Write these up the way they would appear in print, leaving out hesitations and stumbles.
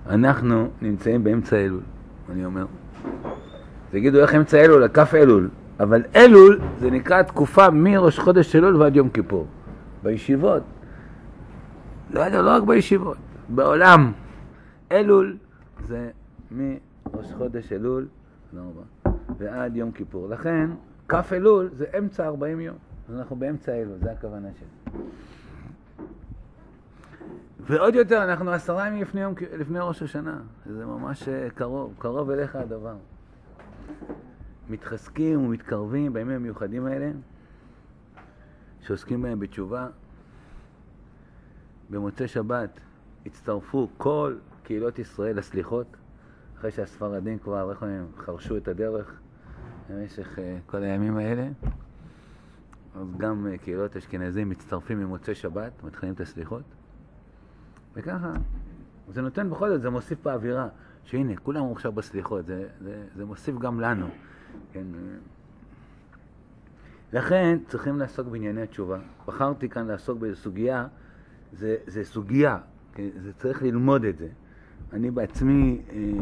אנחנו נמצאים באמצע אלול, אני אומר. תגידו איך אמצע אלול, כף אלול. אבל אלול זה נקרא תקופה מראש חודש אלול ועד יום כיפור. בישיבות. לא רק בישיבות, בעולם. אלול זה מראש חודש אלול ועד יום כיפור. לכן, כף אלול זה אמצע 40 יום. אז אנחנו באמצע אלול, זה הכוונה שלי. ועוד יותר, אנחנו 10 ימים לפני ראש השנה. זה ממש קרוב אליך הדבר. מתחזקים ומתקרבים בימים המיוחדים האלה, שעוסקים בהם בתשובה. במוצאי שבת הצטרפו כל קהילות ישראל לסליחות, אחרי שהספרדים כבר חרשו את הדרך במשך כל הימים האלה. אז גם קהילות אשכנזים מצטרפים ממוצאי שבת, מתחילים את הסליחות. וככה, זה נותן בכל זאת, זה מוסיף באווירה, שהנה, כולם עכשיו בסליחות, זה מוסיף גם לנו. כן. לכן צריכים לעסוק בענייני התשובה. בחרתי כאן לעסוק באיזו סוגיה, זה סוגיה, כן? זה צריך ללמוד את זה. אני בעצמי,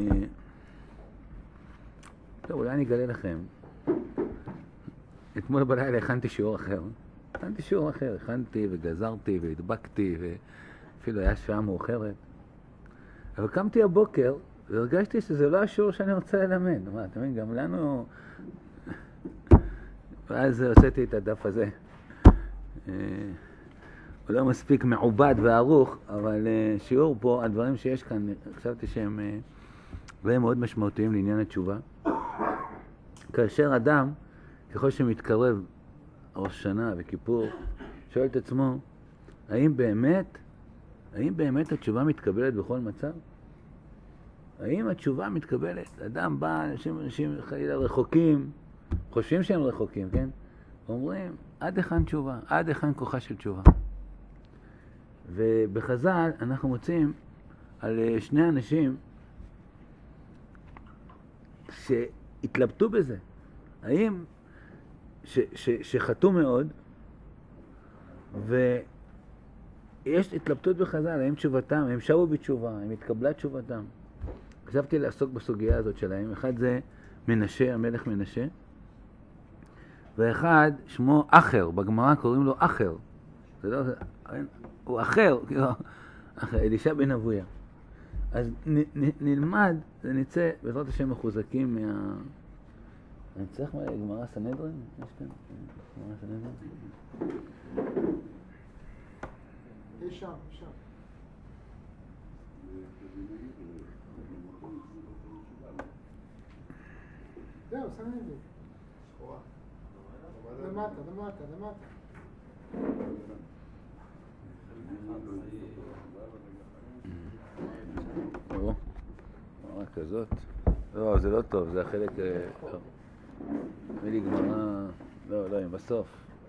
טוב, אולי אני אגלה לכם. אתמול בלילה הכנתי שיעור אחר. הכנתי וגזרתי והדבקתי, ואפילו היה שעה מאוחרת. אבל קמתי הבוקר, והרגשתי שזה לא השיעור שאני רוצה ללמד. מה, אתה מבין, גם לנו... ואז הוצאתי את הדף הזה. הוא לא מספיק מעובד וערוך, אבל שיעור פה, הדברים שיש כאן, חשבתי שהם מאוד משמעותיים לעניין התשובה. כאשר אדם, ככל שמתקרב ראש שנה וכיפור, שואל את עצמו, האם באמת התשובה מתקבלת בכל מצב? האם התשובה מתקבלת? אדם בא, אנשים חלילה רחוקים, חושבים שהם רחוקים, כן? אומרים, עד היכן תשובה? עד היכן כוחה של תשובה? ובחז"ל אנחנו מוצאים על שני אנשים שהתלבטו בזה. האם שחטאו מאוד, ויש התלבטות בחז"ל, האם תשובתם, הם שבו בתשובה, הם התקבלה תשובתם. חשבתי לעסוק בסוגיה הזאת שלהם. אחד זה מנשה, המלך מנשה, ואחד שמו אחר, בגמרא קוראים לו אחר. זה לא, הוא אחר, כאילו, אלישע בן אבויה. אז נלמד, נצא בעזרת השם מחוזקים מה... אני צריך גמרא סנהדרין? יש כאן? גמרא סנהדרין? יש שם. זהו, סנהדרין. למטה. גמרא כזאת? לא, זה לא טוב, זה החלק... מילי גמרא... לא, בסוף.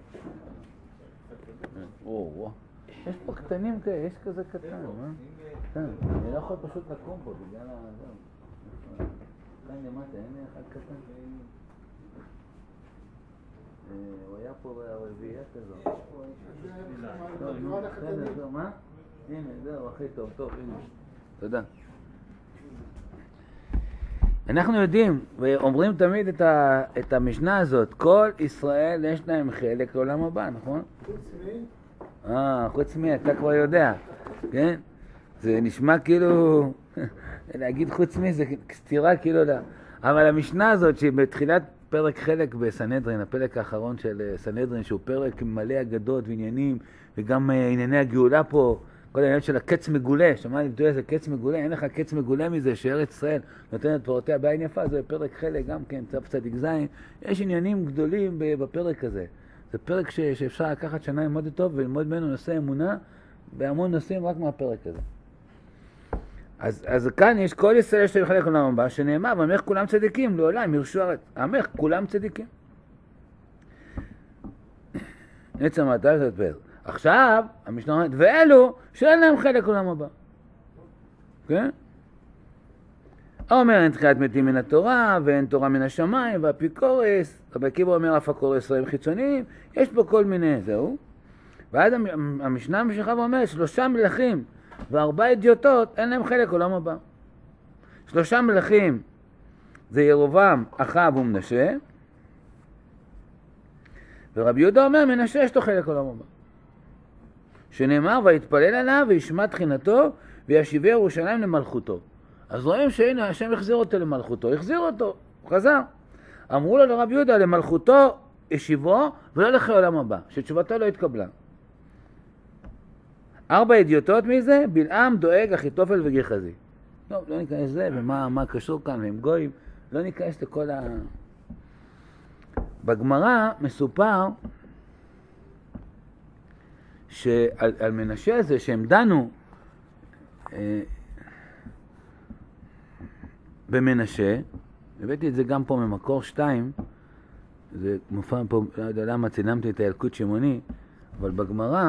יש פה קטנים כאלה, יש כזה קטן, מה? קטן, אני לא יכול פשוט לקום פה בגלל כאן למטה, אין לי אחד קטן. הוא היה פה ברביעייה כזו. מה? הנה, זהו, הכי טוב, הנה. תודה. אנחנו יודעים ואומרים תמיד את המשנה הזאת, כל ישראל יש להם חלק לעולם הבא, נכון? חוץ מי, אתה כבר יודע, כן? זה נשמע כאילו, להגיד חוץ מי זה סתירה כאילו, אבל המשנה הזאת שהיא בתחילת פרק חלק בסנהדרין, הפרק האחרון של סנהדרין, שהוא פרק מלא אגדות ועניינים, וגם ענייני הגאולה פה, כל העניין של הקץ מגולה, שמעתי אם תראה איזה קץ מגולה, אין לך קץ מגולה מזה שארץ ישראל נותנת פירותיה בעין יפה, זה פרק חלק גם כן, צדיק זין, יש עניינים גדולים בפרק הזה. זה פרק שאפשר לקחת שנה ללמוד טוב וללמוד ממנו נושא אמונה, בהמון נושאים רק מהפרק הזה. אז כאן יש כל ישראל יש להם חלק לעולם הבא, שנאמר, ועמך כולם צדיקים, לעולם ירשו הארץ. עמך כולם צדיקים. נצא מתי זה דבר. עכשיו, המשנה אומרת, ואלו שאין להם חלק לעולם הבא. כן? אומר, אין תחיית מתים מן התורה, ואין תורה מן השמיים, והאפיקורס, רבי עקיבא אומר, אף הקורס רעים חיצוניים, יש פה כל מיני, זהו. ואז המשנה ממשיכה ואומרת, 3 מלכים ו4 אדיוטות, אין להם חלק עולם הבא. שלושה מלכים זה ירובעם, אחאב ומנשה, ורבי יהודה אומר, מנשה יש לו חלק עולם הבא. שנאמר, ויתפלל עליו וישמע תחינתו וישיבי ירושלים למלכותו. אז רואים שהנה השם החזיר אותו למלכותו, החזיר אותו, הוא חזר. אמרו לו לרבי יהודה, למלכותו ישיבו ולא לחיי עולם הבא, שתשובתו לא התקבלה. 4 ידיעותות מזה, בלעם, דואג, אחיתופל וגיחזי. לא ניכנס לזה, ומה קשור כאן, והם גויים, לא ניכנס לכל ה... בגמרא מסופר שעל מנשה הזה שהם דנו במנשה, הבאתי את זה גם פה ממקור 2, זה מופע פה, לא יודע למה צילמתי את הילקוט שמעוני, אבל בגמרא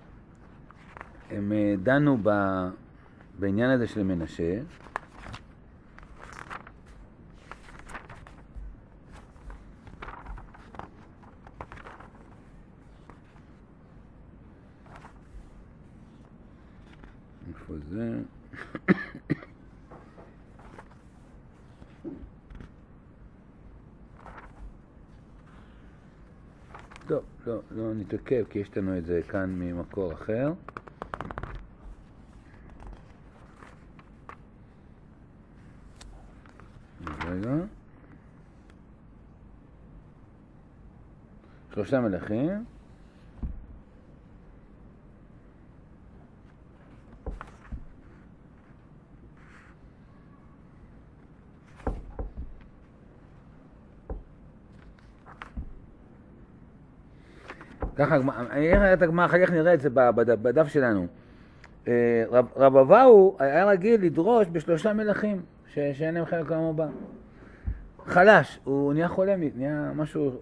הם דנו בעניין הזה של מנשה, איפה זה? טוב, לא נתעכב כי יש לנו את זה כאן ממקור אחר. רגע. 3 מלכים. ככה, אחר כך נראה את זה בדף שלנו. רב אבאו היה רגיל לדרוש ב3 מלכים שאין להם חלק עולם הבא. חלש, הוא נהיה חולה, נהיה משהו...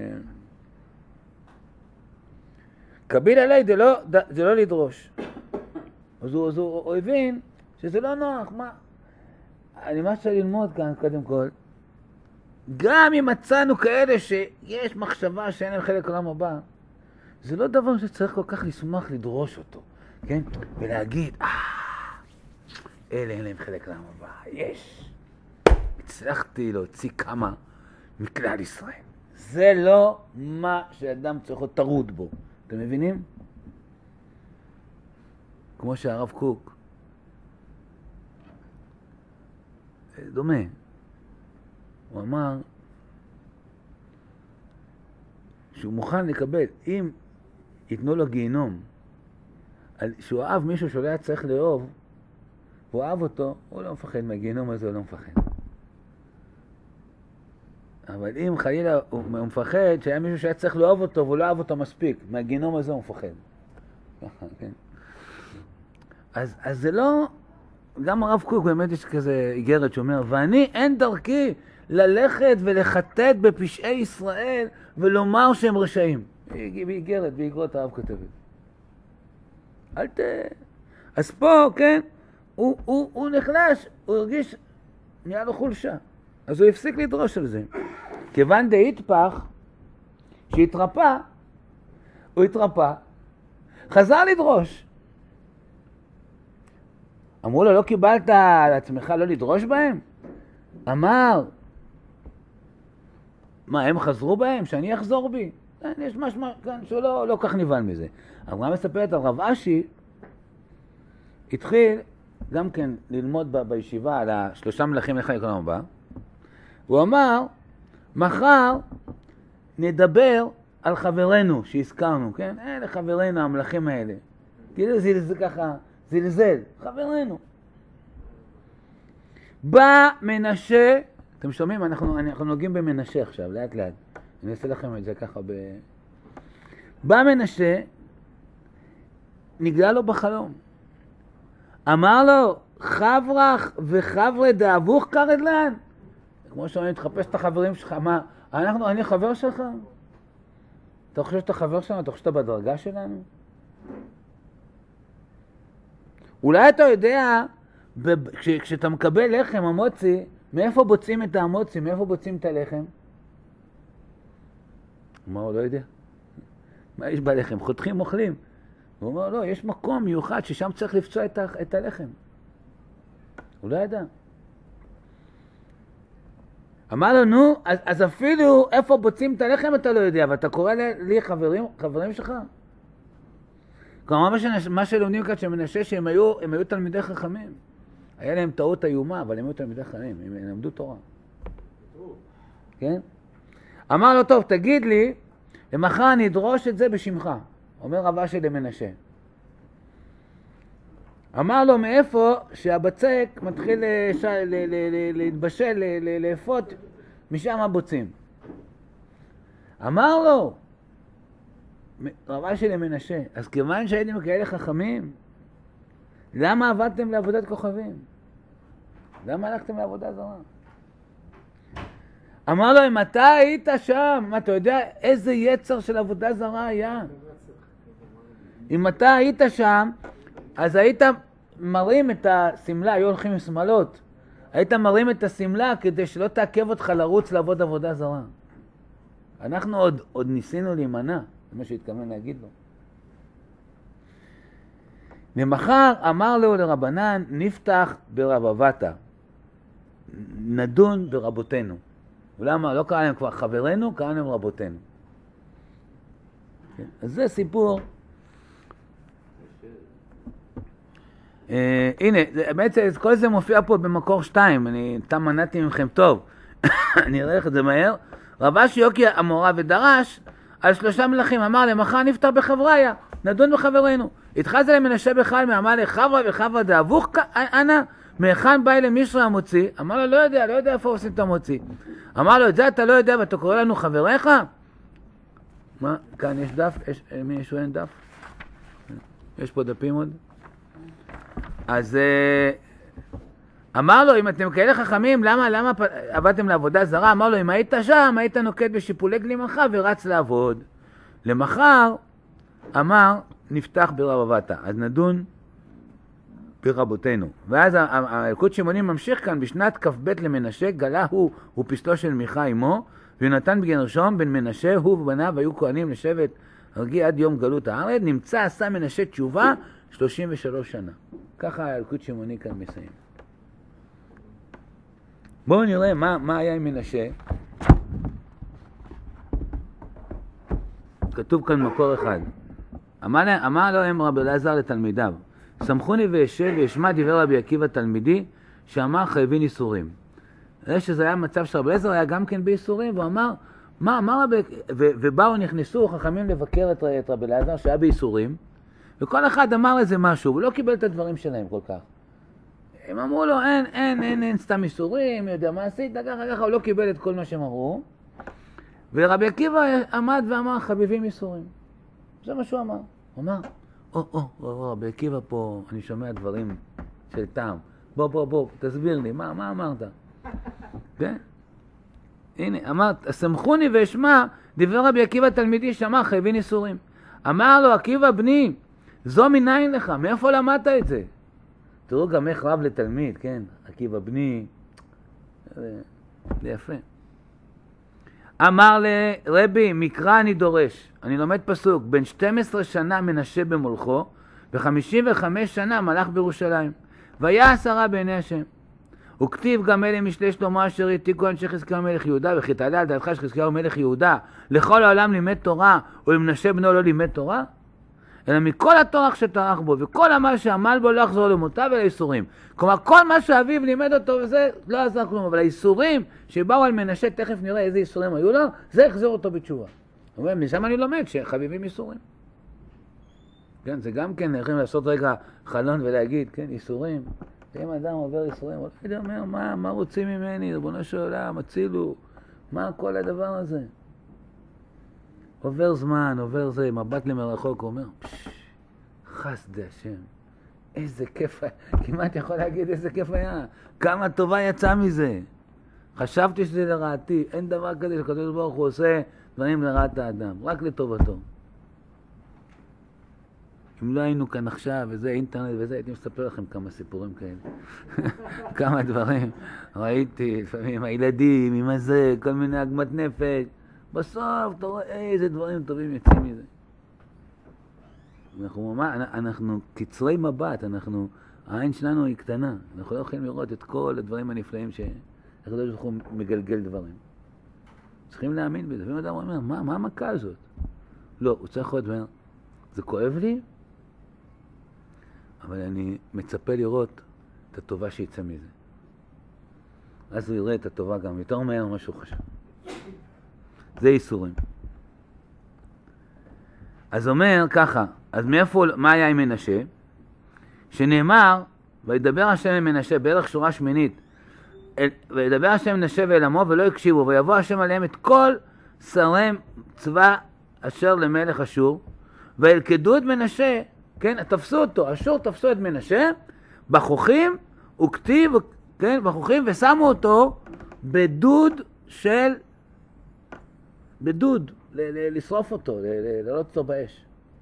קביל עלי זה לא לדרוש. אז הוא הבין שזה לא נוח. אני מה צריך ללמוד כאן קודם כל, גם אם מצאנו כאלה שיש מחשבה שאין להם חלק עולם הבא, זה לא דבר שצריך כל כך לשמח לדרוש אותו, כן? ולהגיד, אלה אין להם חלק לעם הבא, יש. הצלחתי להוציא כמה מכלל ישראל. זה לא מה שאדם צריך להיות טרוד בו. אתם מבינים? כמו שהרב קוק, דומה, הוא אמר שהוא מוכן לקבל, אם ייתנו לו גיהנום, שהוא אהב מישהו שהוא לא היה צריך לאהוב, הוא אהב אותו, הוא לא מפחד מהגיהנום הזה, הוא לא מפחד. אבל אם חלילה הוא מפחד שהיה מישהו שהיה צריך לאהוב אותו, והוא לא אהב אותו מספיק, מהגיהנום הזה הוא מפחד. כן? אז זה לא, גם הרב קוק באמת יש כזה איגרת שאומר, ואני אין דרכי ללכת ולחטט בפשעי ישראל ולומר שהם רשעים. באיגרת, באיגרות הרב כתבת. אז פה, כן, הוא נחלש, הוא הרגיש, נהיה לו חולשה. אז הוא הפסיק לדרוש על זה. כיוון דהתפח, שהתרפא, הוא התרפא, חזר לדרוש. אמרו לו, לא קיבלת על עצמך לא לדרוש בהם? אמר, מה, הם חזרו בהם? שאני אחזור בי? יש משהו כאן שלא כך נבהל מזה. אברהם מספרת על רב אשי, התחיל גם כן ללמוד בישיבה על 3 מלכים לחיים כל הבא. הוא אמר, מחר נדבר על חברינו שהזכרנו, כן? אלה חברינו, המלכים האלה. כאילו זה ככה, זלזל, חברינו. בא מנשה, אתם שומעים? אנחנו נוגעים במנשה עכשיו, לאט לאט. אני אעשה לכם את זה ככה בא מנשה, נגלה לו בחלום. אמר לו, חברך וחברי דאבוך קרדלן. כמו שאומרים, תחפש את החברים שלך. מה, אני חבר שלך? אתה חושב שאתה חבר שלנו? אתה חושב שאתה בדרגה שלנו? אולי אתה יודע, כשאתה מקבל לחם המוצי, מאיפה בוצעים את המוצי? מאיפה בוצעים את הלחם? מה הוא לא יודע? מה יש בלחם? חותכים, אוכלים. הוא אומר, לא, יש מקום מיוחד ששם צריך לפצוע את הלחם. הוא לא ידע. אמר לו, נו, אז אפילו איפה בוצעים את הלחם אתה לא יודע, ואתה קורא לי חברים שלך? כלומר, מה שלומדים כאן שמנשה שהם היו תלמידי חכמים. היה להם טעות איומה, אבל הם היו תלמידי חכמים, הם למדו תורה. כן? אמר לו, טוב, תגיד לי, למחר אני אדרוש את זה בשמך. אומר רבה שלי מנשה. אמר לו, מאיפה שהבצק מתחיל להתבשל, לאפות, משם הבוצים. אמר לו, רבה שלי מנשה, אז כיוון שהייתם כאלה חכמים, למה עבדתם לעבודת כוכבים? למה הלכתם לעבודה זרה? אמר לו, אם אתה היית שם, אתה יודע איזה יצר של עבודה זרה היה? אם אתה היית שם, אז היית מרים את הסמלה, היו הולכים עם שמלות, היית מרים את הסמלה כדי שלא תעכב אותך לרוץ לעבוד עבודה זרה. אנחנו עוד ניסינו להימנע, זה מה שהתכוון להגיד לו. למחר אמר לו לרבנן, נפתח ברבבתא, נדון ברבותינו. ולמה? לא קרא להם כבר חברינו, קרא להם רבותינו. כן? אז זה סיפור. הנה, בעצם כל זה מופיע פה במקור 2, אני תם מנעתי ממכם טוב, אני אראה לך את זה מהר. רבה שיוקי המורה ודרש על 3 מלכים, אמר למחר נפתח בחבריה, נדון בחברינו. התחז להם מנשה בכלל, מאמר לחברה וחברה דאבוך אנא, מהיכן בא אלה מישרא המוציא? אמר לו, לא יודע איפה עושים את המוציא. אמר לו, את זה אתה לא יודע ואתה קורא לנו חבריך? מה, כאן יש דף? מישהו אין דף? יש פה דפים עוד? אז אמר לו, אם אתם כאלה חכמים, למה עבדתם לעבודה זרה? אמר לו, אם היית שם, היית נוקט בשיפולי גלימך ורץ לעבוד. למחר, אמר, נפתח ברבבתא, אז נדון ברבותינו. ואז הילקוט שמעוני ממשיך כאן, בשנת כ"ב למנשה, גלה הוא פסלו של מיכה אמו, ויונתן בן גרשום בן מנשה, הוא ובניו היו כהנים לשבט הרגיע עד יום גלות הארץ, נמצא עשה מנשה תשובה 33 שנה. ככה הילקוט שמעוני כאן מסיים. בואו נראה מה היה עם מנשה. כתוב כאן מקור אחד. אמר להם רבי אלעזר לתלמידיו, סמכוני וישב וישמע דבר רבי עקיבא תלמידי, שאמר חייבין איסורים. זה שזה היה מצב שרבי אלעזר היה גם כן באיסורים, והוא אמר, מה רבי... ובאו נכנסו חכמים לבקר את רבי אלעזר שהיה באיסורים, וכל אחד אמר איזה משהו, הוא לא קיבל את הדברים שלהם כל כך. הם אמרו לו, אין סתם איסורים, יודע מה עשית, ככה הוא לא קיבל את כל מה שהם אמרו. ורבי עקיבא עמד ואמר, חביבים איסורים. זה מה שהוא אמר. הוא אמר, רבי עקיבא פה, אני שומע דברים של טעם. בוא, תסביר לי, מה אמרת? כן? הנה, אמרת, סמכוני ואשמע, דבר רבי עקיבא תלמידי שאמר, חייבים איסורים. אמר לו, עקיבא בני, זו מניין לך, מאיפה למדת את זה? תראו גם איך רב לתלמיד, כן? עקיבא בני, זה יפה. אמר לרבי, מקרא אני דורש, אני לומד פסוק, בן 12 שנה מנשה במולכו, ו55 שנה מלך בירושלים, והיה 10 בעיני השם. וכתיב גם אלה משלי שלמה אשר העתיקו אנשי חזקיהו מלך יהודה, וכי תעלה על דעתך שחזקיהו מלך יהודה, לכל העולם לימד תורה, ולמנשה בנו לא לימד תורה? אלא מכל התורך שטרח בו, וכל מה שעמל בו לא יחזור למותיו אלא איסורים. כלומר, כל מה שאביו לימד אותו וזה לא עזר כלום, אבל האיסורים שבאו על מנשה, תכף נראה איזה איסורים היו לו, זה יחזור אותו בתשובה. משם אני לומד שחביבים איסורים. כן, זה גם כן, יכולים לעשות רגע חלון ולהגיד, כן, איסורים. אם אדם עובר איסורים, הוא לא יודע, מה רוצים ממני, ריבונו של עולם, הצילו, מה כל הדבר הזה? עובר זמן, עובר זה, מבט למרחוק, הוא אומר, חסדי השם, איזה כיף היה, כמעט יכול להגיד איזה כיף היה, כמה טובה יצא מזה. חשבתי שזה לרעתי, אין דבר כזה שקדוש ברוך הוא עושה דברים לרעת האדם, רק לטובתו. אם לא היינו כאן עכשיו, וזה אינטרנט וזה, הייתי מספר לכם כמה סיפורים כאלה. כמה דברים ראיתי, לפעמים הילדים, עם הזה, כל מיני עגמת נפש. בסוף, אתה רואה איזה דברים טובים יוצאים מזה. אנחנו קצרי מבט, העין שלנו היא קטנה. אנחנו לא יכולים לראות את כל הדברים הנפלאים הקדוש ברוך הוא מגלגל דברים. צריכים להאמין בזה. ואם אדם אומר, מה המכה הזאת? לא, הוא צריך להיות אומר, זה כואב לי, אבל אני מצפה לראות את הטובה שיצא מזה. אז הוא יראה את הטובה גם יותר מהר ממה שהוא חשב. זה איסורים. אז אומר ככה, אז מאיפה, מה היה עם מנשה? שנאמר, וידבר השם עם מנשה, בערך שורה שמינית, וידבר השם עם מנשה ואל עמו ולא הקשיבו, ויבוא השם עליהם את כל שרי צבא אשר למלך אשור, וילכדו את מנשה, כן, תפסו אותו, אשור תפסו את מנשה, בחוכים וכתיב, כן, בחוכים, ושמו אותו בדוד של, בדוד, לשרוף אותו, לעלות אותו באש.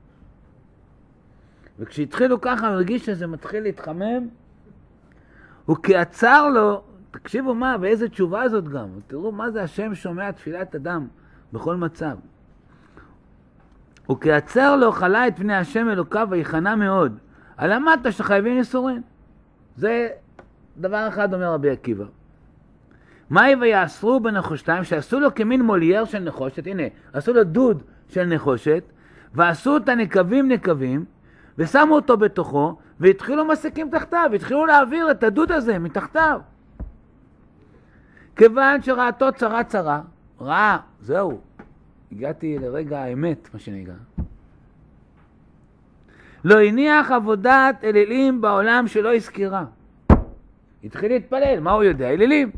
וכשהתחילו ככה, הרגיש שזה מתחיל להתחמם, הוא כעצר לו, תקשיבו מה, ואיזה תשובה זאת גם, תראו מה זה השם שומע תפילת אדם בכל מצב. הוא כעצר לו חלה את פני השם אלוקיו ויחנה מאוד. הלמדת שחייבים איסורים. זה דבר אחד אומר רבי עקיבא. מהי ויאסרו בנחושתיים שעשו לו כמין מולייר של נחושת, הנה, עשו לו דוד של נחושת, ועשו אותה נקבים, ושמו אותו בתוכו, והתחילו מסיקים תחתיו, התחילו להעביר את הדוד הזה מתחתיו. כיוון שראתו צרה, ראה, זהו, הגעתי לרגע האמת, מה שנגע. לא הניח עבודת אלילים בעולם שלא הזכירה. התחיל להתפלל, מה הוא יודע? אלילים.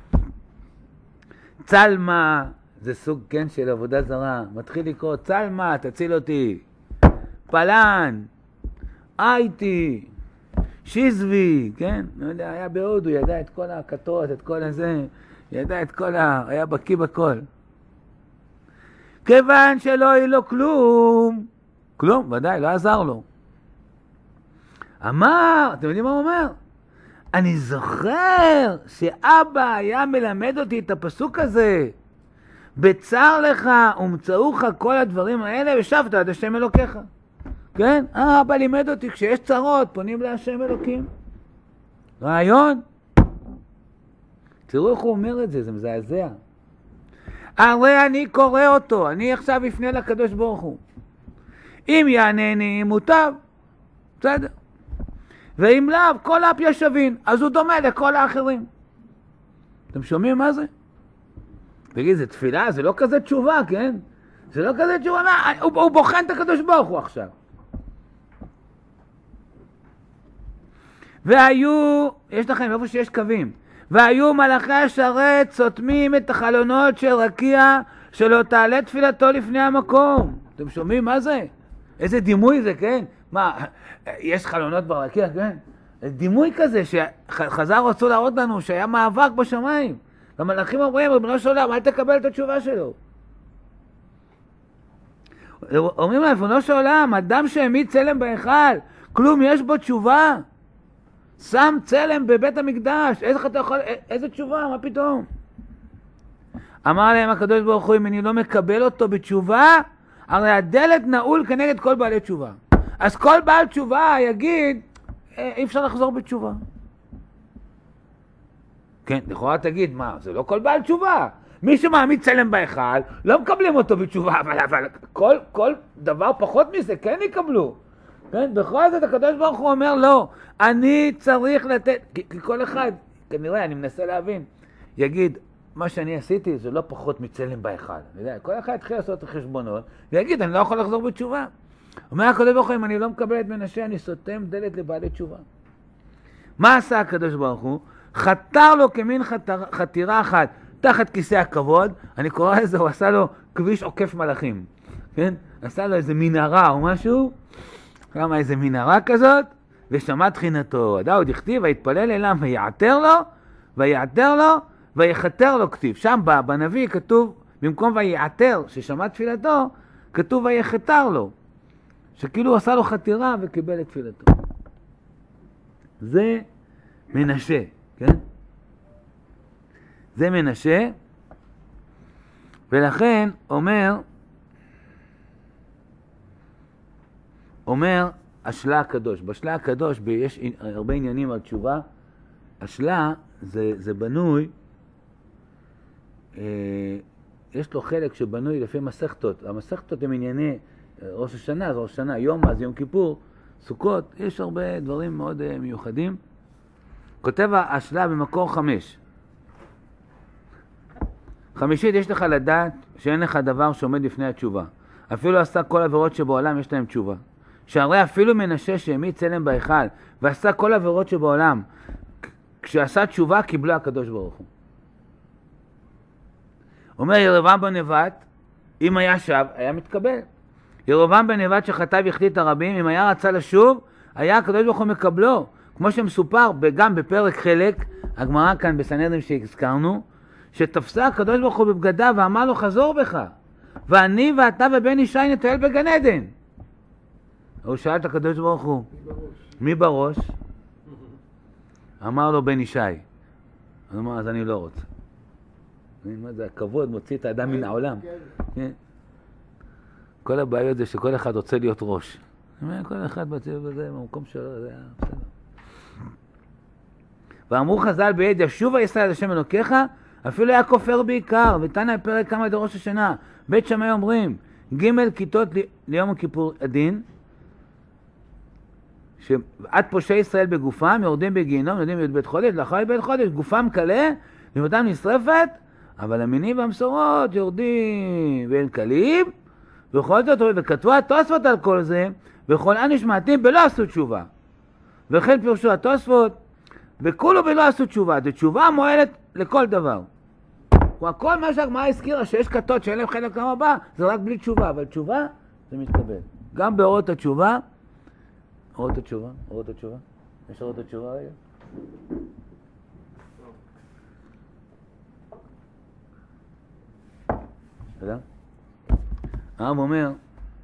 צלמה, זה סוג כן של עבודה זרה, מתחיל לקרוא, צלמה, תציל אותי. פלן, הייתי, שיזבי, כן? לא יודע, היה בהודו, ידע את כל הכתות, את כל הזה, ידע את כל היה בקיא בכל. כיוון שלא יהיה לו כלום, ודאי, לא עזר לו. אמר, אתם יודעים מה הוא אומר? אני זוכר שאבא היה מלמד אותי את הפסוק הזה, בצר לך ומצאוך כל הדברים האלה ושבת עד השם אלוקיך. כן? אבא לימד אותי, כשיש צרות פונים להשם אלוקים. רעיון. תראו איך הוא אומר את זה, זה מזעזע. הרי אני קורא אותו, אני עכשיו אפנה לקדוש ברוך הוא. אם יענני מוטב, בסדר. ואם לאו, כל אפ ישבין, אז הוא דומה לכל האחרים. אתם שומעים מה זה? תגיד, זה תפילה, זה לא כזה תשובה, כן? זה לא כזה תשובה, הוא בוחן את הקדוש ברוך הוא עכשיו. והיו, יש לכם איפה שיש קווים, והיו מלאכי השרת סותמים את החלונות של רקיע, שלא תעלה תפילתו לפני המקום. אתם שומעים מה זה? איזה דימוי זה, כן? מה, יש חלונות ברקיע, כן? דימוי כזה שחז"ל רצו להראות לנו שהיה מאבק בשמיים. המלאכים אומרים, ריבונו של עולם, אל תקבל את התשובה שלו. אומרים לה, ריבונו של עולם, אדם שהעמיד צלם בהיכל, כלום יש בו תשובה. שם צלם בבית המקדש, איזה תשובה, מה פתאום? אמר להם הקדוש ברוך הוא, אם אני לא מקבל אותו בתשובה, הרי הדלת נעול כנגד כל בעלי תשובה. אז כל בעל תשובה יגיד, אי אפשר לחזור בתשובה. כן, לכאורה תגיד, מה, זה לא כל בעל תשובה. מי שמעמיד צלם בהיכל, לא מקבלים אותו בתשובה, אבל כל דבר פחות מזה כן יקבלו. כן, בכל זאת הקדוש ברוך הוא אומר, לא, אני צריך לתת, כי כל אחד, כנראה, אני מנסה להבין, יגיד, מה שאני עשיתי זה לא פחות מצלם בהיכל. כל אחד יתחיל לעשות את החשבונות, ויגיד, אני לא יכול לחזור בתשובה. אומר הקדוש ברוך הוא, אם אני לא מקבל את מנשה, אני סותם דלת לבעלי תשובה. מה עשה הקדוש ברוך הוא? חתר לו כמין חתירה אחת תחת כיסא הכבוד, אני קורא לזה, הוא עשה לו כביש עוקף מלאכים, כן? עשה לו איזה מנהרה או משהו, כמה איזה מנהרה כזאת, ושמע תחינתו. דאוד הכתיב, ויתפלל אליו, ויעתר לו, ויחתר לו כתיב. שם בנביא כתוב, במקום ויעתר, ששמע תפילתו, כתוב ויחתר לו. שכאילו הוא עשה לו חתירה וקיבל את תפילתו. זה מנשה, כן? זה מנשה, ולכן אומר השלה הקדוש. בשלה הקדוש יש הרבה עניינים על תשובה. השלה זה בנוי יש לו חלק שבנוי לפי מסכתות. המסכתות הם ענייני ראש השנה, זה ראש השנה, יום אז יום כיפור, סוכות, יש הרבה דברים מאוד מיוחדים. כותב השלב במקור 5. חמישית, יש לך לדעת שאין לך דבר שעומד לפני התשובה. אפילו עשה כל עבירות שבעולם יש להם תשובה. שהרי אפילו מנשה שהעמיד צלם בהיכל ועשה כל עבירות שבעולם, כשעשה תשובה קיבלה הקדוש ברוך הוא. אומר ירבעם בן נבט, אם היה שב, היה מתקבל. ירבעם בן נבט שחטא והחטיא את הרבים, אם היה רצה לשוב, היה הקדוש ברוך הוא מקבלו. כמו שמסופר גם בפרק חלק, הגמרא כאן בסנהדרין שהזכרנו, שתפסה הקדוש ברוך הוא בבגדיו ואמר לו חזור בך, ואני ואתה ובן ישי נטייל בגן עדן. הוא שאל את הקדוש ברוך הוא, מי בראש? אמר לו בן ישי. הוא אמר, אז אני לא רוצה. מה זה, הכבוד מוציא את האדם מן העולם. כל הבעיות זה שכל אחד רוצה להיות ראש. כל אחד בזה, במקום שלו, זה היה בסדר. ואמרו חז"ל ביד, ישובה ישראל אל השם אלוקיך, אפילו היה כופר בעיקר, ותנא בפרק כמה דראש השנה. בית שמאי אומרים, ג' כיתות ליום הכיפור הדין, שעד פושעי ישראל בגופם, יורדים בגיהינום, יורדים בבית חודש, לאחר בית חודש, גופם קלה, נשמתם נשרפת, אבל המינים והמסורות יורדים ואין קלים, וכל זאת, וכתבו התוספות על כל זה, וכל הנשמעתים בלא עשו תשובה. וכן פירשו התוספות, וכולו בלא עשו תשובה. זו תשובה מועלת לכל דבר. כל מה שהגמרא הזכירה, שיש כתות שאין להם חלק כמה הבא, זה רק בלי תשובה, אבל תשובה זה מתקבל. גם באורות התשובה, אורות התשובה, אורות התשובה, יש אורות התשובה רגע? תודה. הרב אומר,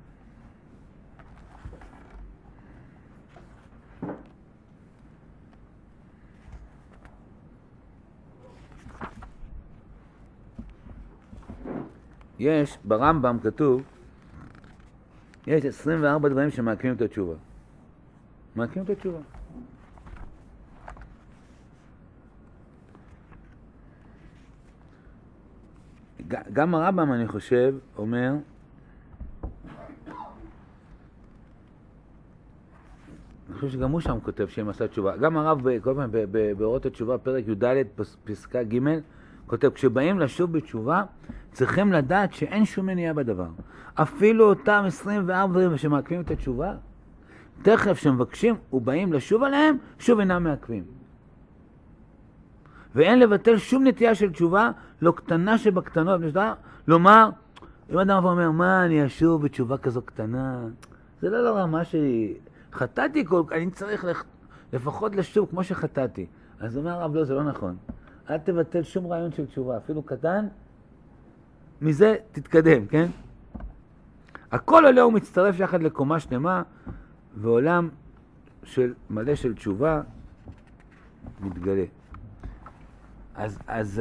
יש, ברמב"ם כתוב, יש 24 דברים שמעכבים את התשובה. מעכבים את התשובה. גם הרמב"ם, אני חושב, אומר, אני חושב שגם הוא שם כותב שהם עשה תשובה. גם הרב, כל פעם, באורות התשובה, פרק י"ד, פסקה ג', כותב, כשבאים לשוב בתשובה, צריכים לדעת שאין שום מניעה בדבר. אפילו אותם 24 דברים שמעכבים את התשובה, תכף שמבקשים ובאים לשוב עליהם, שוב אינם מעכבים. ואין לבטל שום נטייה של תשובה, לא קטנה שבקטנות. לומר, אם אדם אומר, מה אני אשוב בתשובה כזו קטנה? זה לא לרמה שלי. חטאתי, אני צריך לפחות לשוב כמו שחטאתי. אז אומר הרב, לא, זה לא נכון. אל תבטל שום רעיון של תשובה, אפילו קטן, מזה תתקדם, כן? הכל עולה ומצטרף יחד לקומה שלמה, ועולם מלא של תשובה מתגלה. אז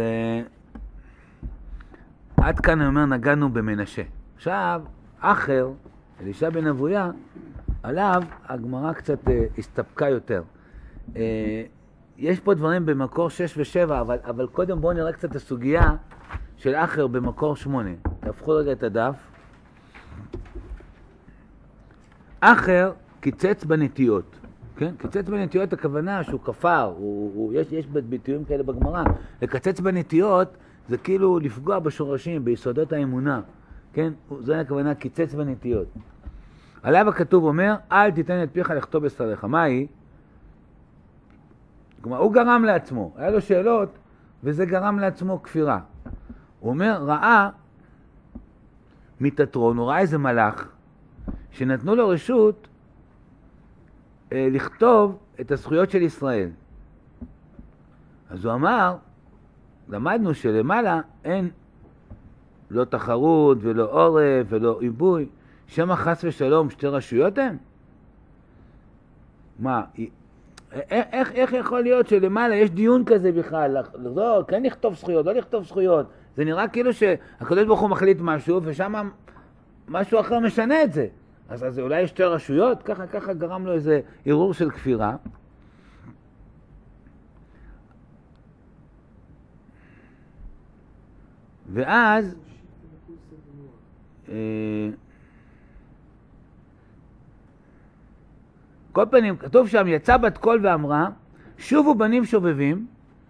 עד כאן אני אומר, נגענו במנשה. עכשיו, אחר, אלישע בן אבויה, עליו הגמרא קצת הסתפקה יותר. יש פה דברים במקור 6 ו7, אבל קודם בואו נראה קצת את הסוגיה של אחר במקור 8. תהפכו רגע את הדף. אחר קיצץ בנטיות. כן? קיצץ בנטיות הכוונה שהוא כפר, יש ביטויים כאלה בגמרא. לקצץ בנטיות זה כאילו לפגוע בשורשים, ביסודות האמונה. כן? זה הכוונה קיצץ בנטיות. עליו הכתוב אומר, אל תיתן את פיך לכתוב בשריך. מה היא? כלומר, הוא גרם לעצמו, היה לו שאלות, וזה גרם לעצמו כפירה. הוא אומר, ראה מתתרון, הוא ראה איזה מלאך, שנתנו לו רשות לכתוב את הזכויות של ישראל. אז הוא אמר, למדנו שלמעלה אין לא תחרות ולא עורף ולא עיבוי, שמה חס ושלום שתי רשויות הן? מה, איך יכול להיות שלמעלה יש דיון כזה בכלל? לא, כן לכתוב זכויות, לא לכתוב זכויות. זה נראה כאילו שהקדוש ברוך הוא מחליט משהו, ושם משהו אחר משנה את זה. אז אולי יש שתי רשויות? ככה גרם לו איזה ערעור של כפירה. ואז כל פנים, כתוב שם, יצא בת קול ואמרה, שובו בנים שובבים,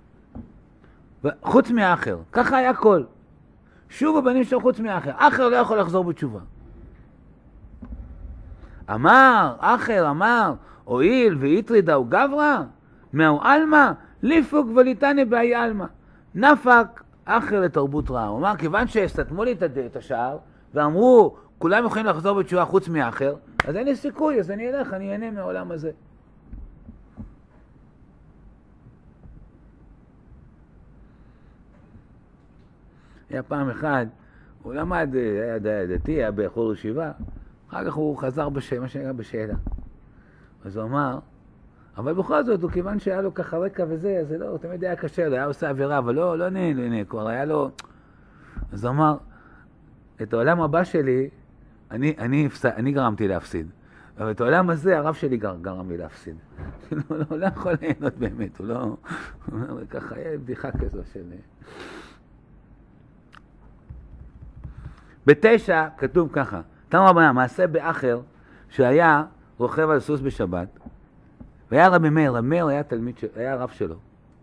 חוץ מהאחר. ככה היה קול. שובו בנים שובבים חוץ מהאחר. אחר לא יכול לחזור בתשובה. אחר אמר, הואיל והטרידה הוא גברא, מהו אלמה, ליפוק וליטני באי אלמה. נפק אחר לתרבות רעה. הוא אמר, כיוון שסתמו לי את השער, ואמרו, כולם יכולים לחזור בתשובה חוץ מאחר, אז אין לי סיכוי, אז אני אלך, אני אהנה מהעולם הזה. היה פעם אחד, הוא למד, היה דתי, היה בחור ישיבה, אחר כך הוא חזר מה שנראה בשאלה. אז הוא אמר, אבל בכל זאת, הוא כיוון שהיה לו ככה רקע וזה, אז זה לא, הוא תמיד היה קשה, היה עושה עבירה, אבל לא נהנה, כבר היה לו... אז הוא אמר, את העולם הבא שלי, אני גרמתי להפסיד. אבל את העולם הזה, הרב שלי גרם לי להפסיד. הוא לא יכול ליהנות באמת, הוא לא... הוא אומר, ככה, היה בדיחה כזו של... ב9 כתוב ככה, תנו רבנן, מעשה באחר, שהיה רוכב על סוס בשבת, והיה רבי מאיר, רבי מאיר היה תלמיד שלו, היה הרב שלו.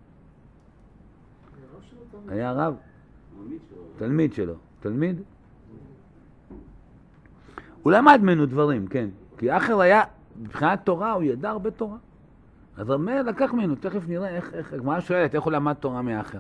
היה הרב? תלמיד שלו. תלמיד? הוא למד ממנו דברים, כן. כי אחר היה, מבחינת תורה, הוא ידע הרבה תורה. אז רבי מאיר לקח ממנו, תכף נראה איך, הגמרא שואלת, איך הוא למד תורה מאחר.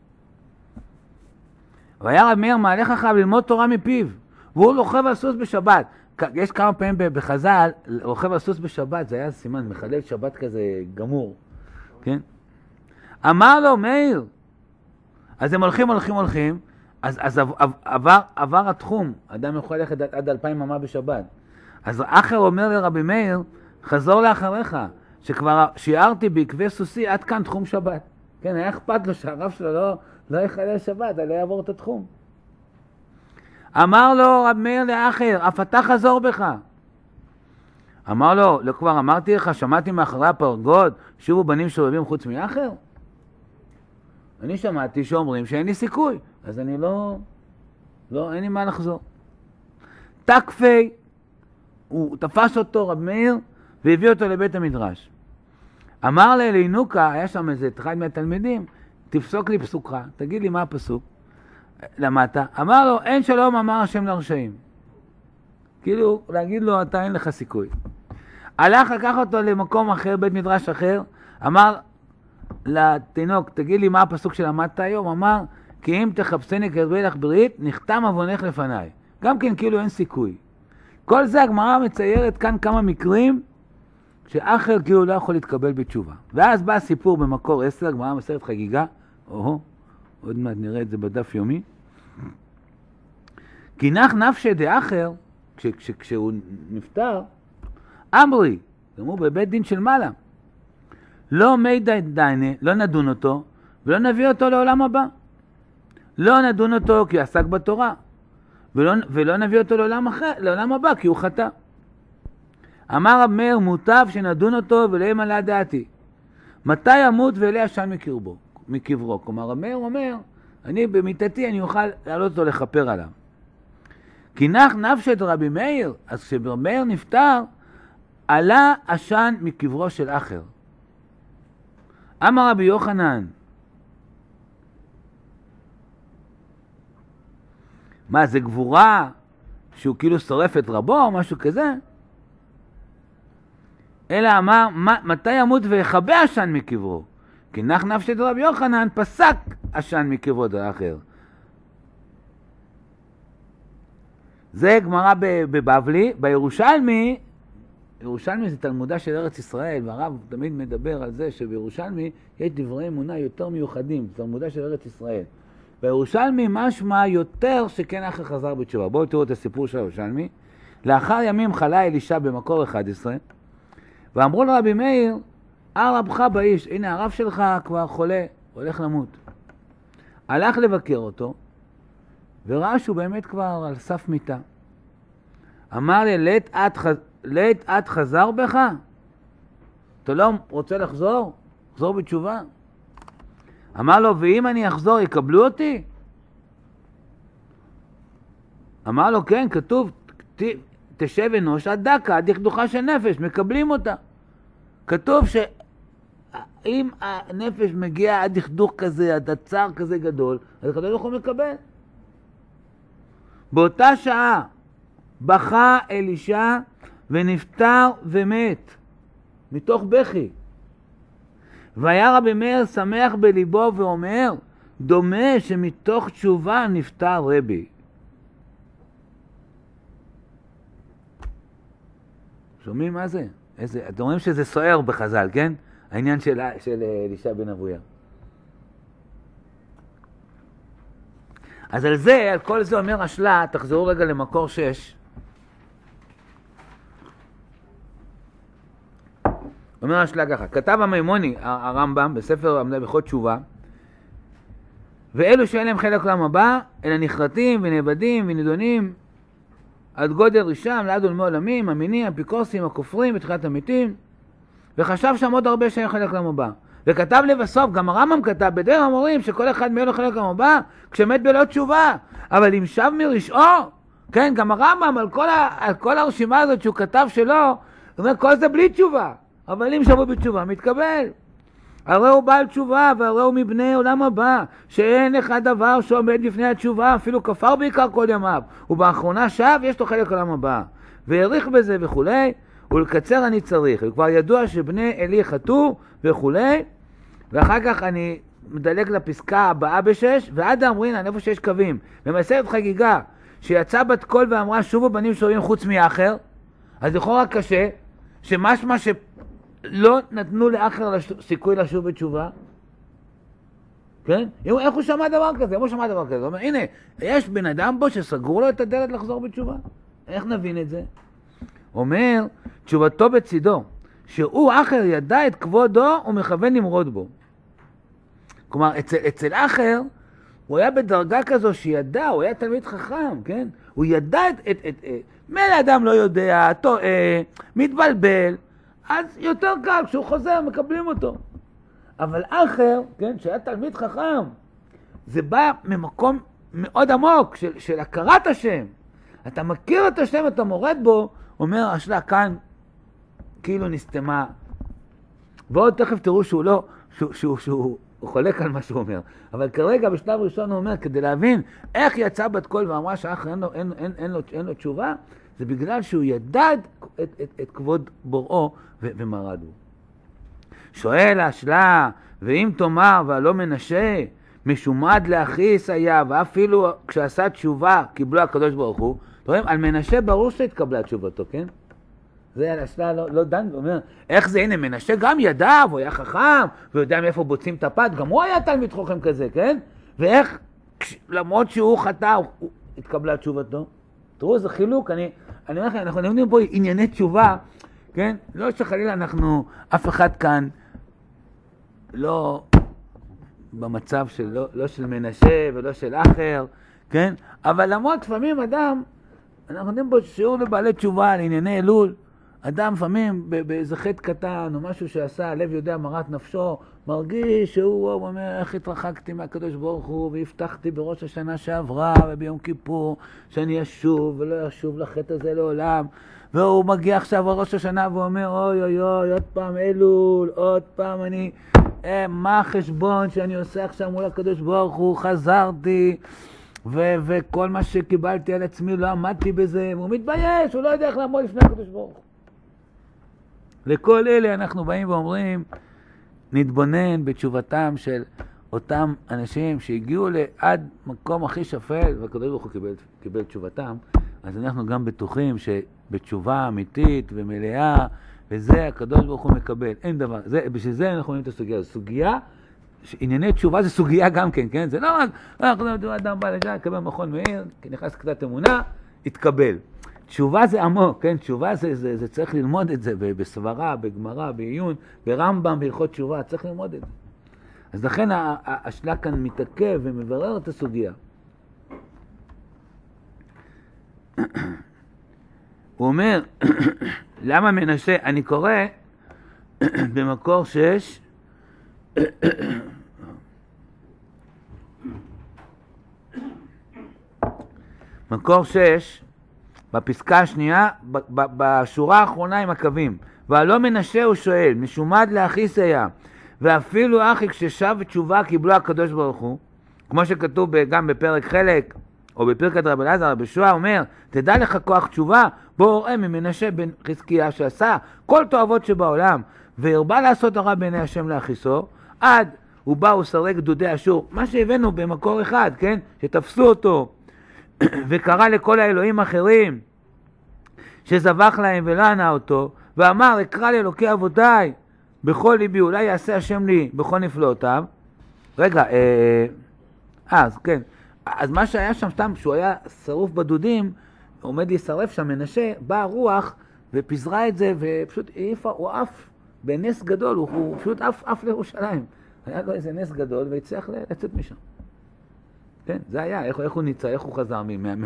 והיה רבי מאיר מהלך אחריו ללמוד תורה מפיו, והוא רוכב על סוס בשבת. יש כמה פעמים בחז"ל, רוכב על סוס בשבת, זה היה סימן, מחלל שבת כזה גמור, כן? אמר לו, מאיר, אז הם הולכים, אז עבר התחום, אדם יכול ללכת עד 2000 ממה בשבת. אז אחר אומר לרבי מאיר, חזור לאחריך, שכבר שיערתי בעקבי סוסי עד כאן תחום שבת. כן, היה אכפת לו שהרב שלו לא יחלל שבת, אלא יעבור את התחום. אמר לו רב מאיר לאחר, אף אתה חזור בך. אמר לו, לא כבר אמרתי לך, שמעתי מאחורי הפרגוד, שובו בנים שובבים חוץ מאחר? אני שמעתי שאומרים שאין לי סיכוי, אז אני אין לי מה לחזור. תקפי, הוא תפס אותו רב מאיר, והביא אותו לבית המדרש. אמר לאלינוקה, היה שם איזה אחד מהתלמידים, תפסוק לי פסוקך, תגיד לי מה הפסוק. למטה, אמר לו, אין שלום אמר השם לרשעים. כאילו, להגיד לו, אתה אין לך סיכוי. הלך לקח אותו למקום אחר, בית מדרש אחר, אמר לתינוק, תגיד לי מה הפסוק שלמדת היום, אמר, כי אם תחפשני כרבי לך ברית, נחתם עוונך לפניי. גם כן כאילו אין סיכוי. כל זה הגמרא מציירת כאן כמה מקרים, שאחר כאילו לא יכול להתקבל בתשובה. ואז בא סיפור במקור 10, הגמרא מסרת חגיגה, עוד מעט נראה את זה בדף יומי. כי נח נפשי דאחר, כשהוא נפטר, אמרי, אמרו בבית דין של מעלה, לא מידע דיינה, לא נדון אותו, ולא נביא אותו לעולם הבא. לא נדון אותו כי הוא עסק בתורה, ולא נביא אותו לעולם הבא כי הוא חטא. אמר רב מאיר, מוטב שנדון אותו ולא ימלא דעתי. מתי ימות ואלה עשן מקברו. כלומר, רב מאיר אומר, אני במיטתי אני אוכל לעלות אותו לכפר עליו. כי נח נפשת רבי מאיר, אז כשרבי מאיר נפטר, עלה עשן מקברו של אחר. אמר רבי יוחנן, מה זה גבורה שהוא כאילו שורף את רבו או משהו כזה? אלא אמר, מתי ימות ויחבא עשן מקברו? כי נח נפשת רבי יוחנן פסק עשן מקברו דאחר. זה גמרא בבבלי. בירושלמי, ירושלמי זה תלמודה של ארץ ישראל, והרב תמיד מדבר על זה שבירושלמי יש דברי אמונה יותר מיוחדים, תלמודה של ארץ ישראל. בירושלמי משמע יותר שכן אחר חזר בתשובה. בואו תראו את הסיפור של ירושלמי. לאחר ימים חלה אלישע במקור 11, ואמרו לרבי מאיר, רבך באיש, הנה הרב שלך כבר חולה, הולך למות. הלך לבקר אותו, וראה שהוא באמת כבר על סף מיטה. אמר לי, לית את חזר בך? אתה לא רוצה לחזור? חזור בתשובה? אמר לו, ואם אני אחזור, יקבלו אותי? אמר לו, כן, כתוב, תשב אנוש עד דקה, עד דכדוכה של נפש, מקבלים אותה. כתוב שאם הנפש מגיע עד דכדוך כזה, עד הצער כזה גדול, אז הקדוש ברוך הוא מקבל. באותה שעה בכה אלישע ונפטר ומת, מתוך בכי. והיה רבי מאיר שמח בליבו ואומר, דומה שמתוך תשובה נפטר רבי. שומעים מה זה? אתם רואים שזה סוער בחז"ל, כן? העניין של אלישע בן אבויה. אז על כל זה אומר השלה, תחזרו רגע למקור 6. אומר השלה ככה, כתב המימוני, הרמב"ם, בספר הלכות תשובה, ואלו שאין להם חלק לעולם הבא, אלא נחרטים ונאבדים ונידונים עד גודל רישם, לעד עולמי עולמים, המינים, אפיקורסים, הכופרים, בתחילת המתים, וחשב שם עוד הרבה שאין חלק לעולם הבא. וכתב לבסוף, גם הרמב"ם כתב, בדרך אומרים שכל אחד מאלו לו חלק לעולם הבא, כשמת בלא תשובה, אבל אם שב מרשעו, כן, גם הרמב"ם על כל הרשימה הזאת שהוא כתב שלו, הוא אומר, כל זה בלי תשובה, אבל אם שבו בתשובה, מתקבל. הרי הוא בעל תשובה, והרי הוא מבני עולם הבא, שאין לך דבר שעומד לפני התשובה, אפילו כפר בעיקר כל ימיו, ובאחרונה שב יש לו חלק עולם הבא, והעריך בזה וכולי, ולקצר אני צריך, וכבר ידוע שבני אלי חטאו וכולי, ואחר כך אני מדלג לפסקה הבאה ב6, ועד האמרינן, איפה שיש קווים, במסכת חגיגה, שיצא בת קול ואמרה, שובו בנים שרויים חוץ מאחר, אז לכאורה קשה, שמשמע שלא נתנו לאחר סיכוי לשוב בתשובה, כן? איך הוא שמע דבר כזה? הוא אומר, הנה, יש בן אדם בו שסגרו לו את הדלת לחזור בתשובה. איך נבין את זה? אומר, תשובתו בצידו, שהוא אחר ידע את כבודו ומכוון למרוד בו. כלומר, אצל אחר, הוא היה בדרגה כזו שידע, הוא היה תלמיד חכם, כן? הוא ידע מילא אדם לא יודע, טועה, מתבלבל, אז יותר קל, כשהוא חוזר, מקבלים אותו. אבל אחר, כן, שהיה תלמיד חכם, זה בא ממקום מאוד עמוק של הכרת השם. אתה מכיר את השם, אתה מורד בו, אומר השלה כאן, כאילו נסתמה. ועוד תכף תראו שהוא לא, שהוא חולק על מה שהוא אומר. אבל כרגע בשלב ראשון הוא אומר, כדי להבין איך יצא בת קול ואמרה שאחר אין לו תשובה, זה בגלל שהוא ידע את כבוד בוראו ומרד בו. שואל השלה, ואם תאמר והלא מנשה, משומד לאחיס היה, ואפילו כשעשה תשובה קיבלו הקדוש ברוך הוא, רואים, על מנשה ברור שהתקבלה תשובתו, כן? זה השלה לא דן, הוא אומר, איך זה, הנה, מנשה גם ידע, והוא היה חכם, ויודע מאיפה בוצעים את הפת, גם הוא היה תלמיד חוכם כזה, כן? ואיך, למרות שהוא חטא, הוא התקבלה תשובתו. תראו, זה חילוק, אני אומר לכם, אנחנו לומדים פה ענייני תשובה, כן? לא שחלילה אף אחד כאן לא במצב של, לא של מנשה ולא של אחר, כן? אבל למרות לפעמים אדם, אנחנו יודעים פה שיעור לבעלי תשובה על ענייני אלול, אדם לפעמים באיזה חטא קטן או משהו שעשה, הלב יודע מרת נפשו, מרגיש שהוא אומר איך התרחקתי מהקדוש ברוך הוא והבטחתי בראש השנה שעברה וביום כיפור שאני אשוב ולא אשוב לחטא הזה לעולם, והוא מגיע עכשיו בראש השנה ואומר אוי אוי אוי עוד פעם אלול, עוד פעם מה החשבון שאני עושה עכשיו מול הקדוש ברוך הוא, חזרתי וכל מה שקיבלתי על עצמי לא עמדתי בזה, והוא מתבייש, הוא לא יודע איך לעמוד לפני הקדוש ברוך הוא. לכל אלה אנחנו באים ואומרים, נתבונן בתשובתם של אותם אנשים שהגיעו לעד מקום הכי שפל, והקדוש ברוך הוא קיבל תשובתם, אז אנחנו גם בטוחים שבתשובה אמיתית ומלאה, וזה הקדוש ברוך הוא מקבל, אין דבר, בשביל זה אנחנו רואים את הסוגיה, זו סוגיה, ענייני תשובה זה סוגיה גם כן, כן? זה לא רק, אנחנו אדם בא לשם, קבל מכון מאיר, נכנס קצת אמונה, התקבל. תשובה זה עמוק, כן? תשובה זה צריך ללמוד את זה בסברה, בגמרא, בעיון, ברמב"ם, בהלכות תשובה, צריך ללמוד את זה. אז לכן השלה כאן מתעכב ומברר את הסוגיה. הוא אומר, למה מנשה? אני קורא במקור 6, מקור 6, בפסקה השנייה, בשורה האחרונה עם הקווים. והלא מנשה הוא שואל, משומד לאחיס היה, ואפילו אחי כששב בתשובה קיבלו הקדוש ברוך הוא, כמו שכתוב גם בפרק חלק, או בפרקת רבי אלעזר, רבי יהושע אומר, תדע לך כוח תשובה, בוא ראה ממנשה בן חזקיה שעשה כל תועבות שבעולם, והרבה לעשות הרע בעיני השם לאחיסו, עד הוא בא וסרק גדודי אשור, מה שהבאנו במקור אחד, כן? שתפסו אותו, וקרא לכל האלוהים אחרים, שזבח להם ולא ענה אותו, ואמר, אקרא לאלוקי אבותיי, בכל ליבי, אולי יעשה השם לי בכל נפלאותיו. רגע, אז כן, אז מה שהיה שם סתם, שהוא היה שרוף בדודים, עומד להישרף שם מנשה, באה רוח ופיזרה את זה, ופשוט העיפה, הוא עף בנס גדול, הוא פשוט עף לירושלים. היה לו איזה נס גדול, והצליח לצאת משם. כן, זה היה, איך הוא ניצא, איך הוא חזר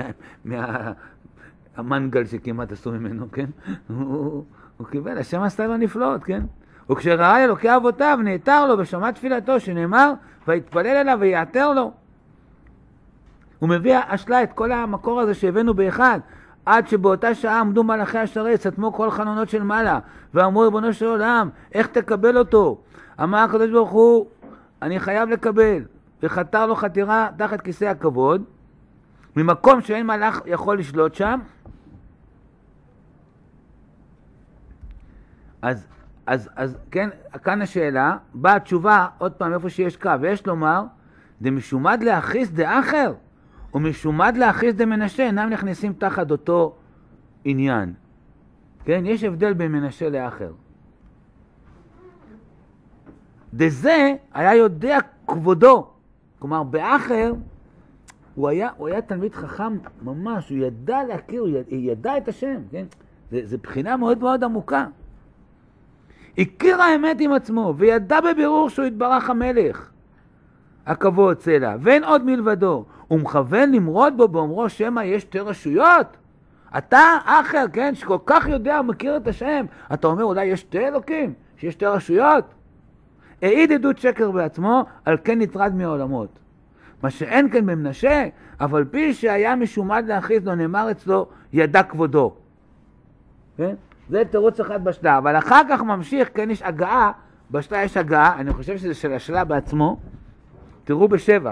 מהמנגל שכמעט עשו ממנו, כן? הוא קיבל, השם עשה לו נפלאות, כן? וכשראה אלוקי אבותיו, נעתר לו ושמע תפילתו, שנאמר, והתפלל אליו ויעתר לו. הוא מביא השלה את כל המקור הזה שהבאנו באחד, עד שבאותה שעה עמדו מלאכי השרת, סתמו כל חלונות של מעלה, ואמרו ריבונו של עולם, איך תקבל אותו? אמר הקדוש ברוך הוא, אני חייב לקבל, וחתר לו חתירה תחת כיסא הכבוד, ממקום שאין מלאך יכול לשלוט שם. אז כן, כאן השאלה, באה התשובה, עוד פעם איפה שיש קו, ויש לומר, דמשומד לאחיס דאחר, ומשומד לאחיס דמנשה, אינם נכנסים תחת אותו עניין. כן, יש הבדל בין מנשה לאחר. דזה היה יודע כבודו, כלומר באחר, הוא היה תלמיד חכם ממש, הוא ידע להכיר, הוא ידע את השם, כן? זה בחינה מאוד מאוד עמוקה. הכיר האמת עם עצמו, וידע בבירור שהוא התברך המלך, הכבוד צלע, ואין עוד מלבדו. הוא מכוון למרוד בו באומרו שמה יש שתי רשויות. אתה אחר, כן, שכל כך יודע ומכיר את השם, אתה אומר אולי יש שתי אלוקים, שיש שתי רשויות. העיד עדות שקר בעצמו, על כן נטרד מהעולמות. מה שאין כן במנשה, אבל פי שהיה משומד להכריז לו, נאמר אצלו, ידע כבודו. כן? זה תירוץ אחד בשלה, אבל אחר כך ממשיך, כן, יש הגעה, בשלה יש הגעה, אני חושב שזה של השלה בעצמו, תראו בשבע.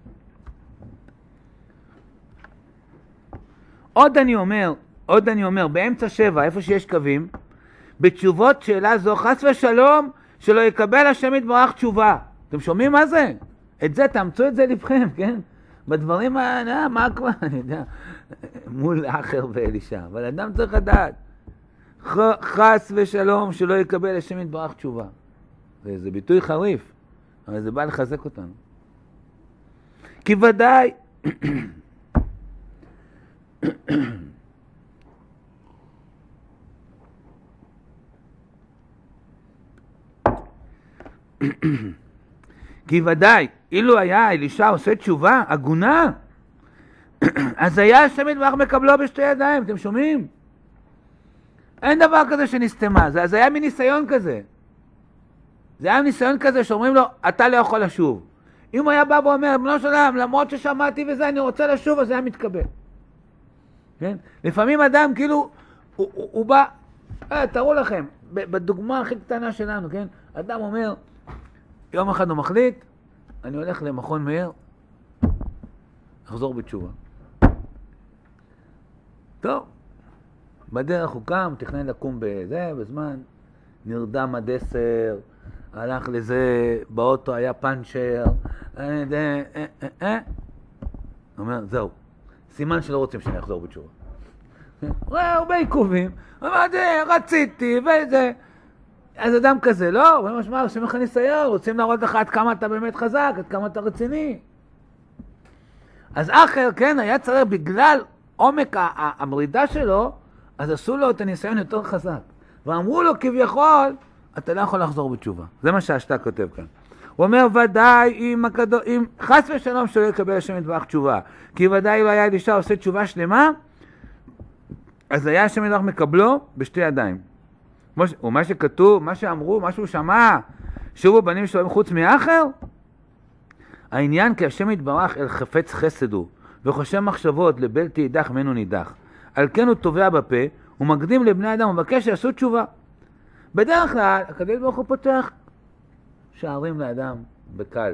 עוד אני אומר, באמצע שבע, איפה שיש קווים, בתשובות שאלה זו, חס ושלום, שלא יקבל השם יתברך תשובה. אתם שומעים מה זה? את זה, תאמצו את זה לבכם, כן? בדברים, מה כבר, אני יודע, מול אחר ואלישע, אבל אדם צריך לדעת, חס ושלום, שלא יקבל השם יתברך תשובה. זה ביטוי חריף, אבל זה בא לחזק אותנו. כי ודאי, כי ודאי, אילו היה אלישע עושה תשובה, הגונה, אז היה השם יתברך מקבלו בשתי ידיים, אתם שומעים? אין דבר כזה שנסתמה, זה היה מניסיון כזה. זה היה ניסיון כזה שאומרים לו, אתה לא יכול לשוב. אם הוא היה בא ואומר, בנו של עולם, למרות ששמעתי וזה, אני רוצה לשוב, אז זה היה מתקבל. כן? לפעמים אדם כאילו, הוא בא, תראו לכם, בדוגמה הכי קטנה שלנו, כן? אדם אומר, יום אחד הוא מחליט, אני הולך למכון מאיר, אחזור בתשובה. טוב, בדרך הוא קם, תכנן לקום בזמן, נרדם עד 10, הלך לזה, באוטו היה פנצ'ר, הוא אומר, זהו, סימן שלא רוצים שאני אחזור בתשובה. רואה הרבה עיכובים, הוא אומר, רציתי וזה, אז אדם כזה, לא, הוא משמע, עושים לך ניסיון, רוצים להראות לך עד כמה אתה באמת חזק, עד כמה אתה רציני. אז אחר, כן, היה צריך בגלל עומק המרידה שלו, אז עשו לו את הניסיון יותר חזק. ואמרו לו כביכול, אתה לא יכול לחזור בתשובה. זה מה שהשתה כותב כאן. הוא אומר, ודאי, אם חס ושלום שלא יקבל השם יתברך תשובה, כי ודאי לא היה אלישע עושה תשובה שלמה, אז היה השם יתברך מקבלו בשתי ידיים. ומה שכתוב, מה שאמרו, מה שהוא שמע, שובו בנים שלהם חוץ מאחר, העניין כי השם יתברך אל חפץ חסד הוא, וחושב מחשבות לבלתי יידח ממנו נידח. על כן הוא תובע בפה, הוא מקדים לבני אדם ומבקש שיעשו תשובה. בדרך כלל, הקדוש ברוך הוא פותח שערים לאדם בקל.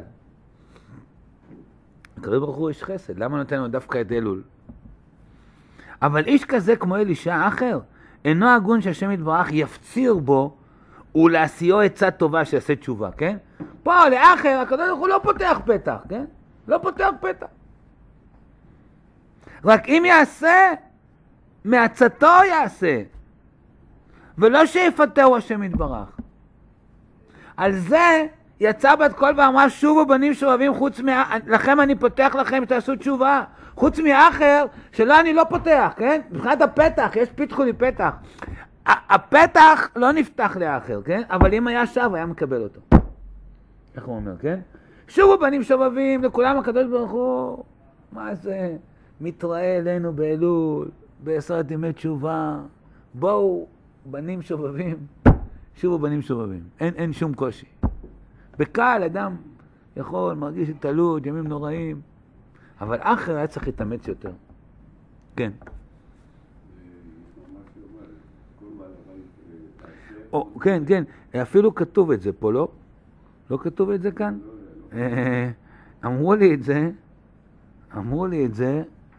הקדוש ברוך הוא איש חסד, למה נותן לו דווקא את אלול? אבל איש כזה כמו אלישע אחר, אינו הגון שהשם יתברך יפציר בו ולעשיו עצה טובה שיעשה תשובה, כן? פה לאחר הקדוש ברוך הוא לא פותח פתח, כן? לא פותח פתח. רק אם יעשה, מעצתו יעשה. ולא שיפתהו השם יתברך. על זה יצא בת קול ואמרה, שובו בנים שובבים לכם אני פותח לכם שתעשו תשובה. חוץ מאחר, שלא אני לא פותח, כן? מבחינת הפתח, יש פיתחו לי פתח. הפתח לא נפתח לאחר, כן? אבל אם היה שב, היה מקבל אותו. איך הוא אומר, כן? שובו בנים שובבים, לכולם הקדוש ברוך הוא, מה זה? מתראה אלינו באלול, בעשרת ימי תשובה. בואו, בנים שובבים, שובו בנים שובבים. אין שום קושי. בקל אדם יכול, מרגיש התעלות, ימים נוראים. אבל אחר היה צריך להתאמץ יותר. כן. כן, כן, אפילו כתוב את זה פה, לא? לא כתוב את זה כאן? אמרו לי את זה,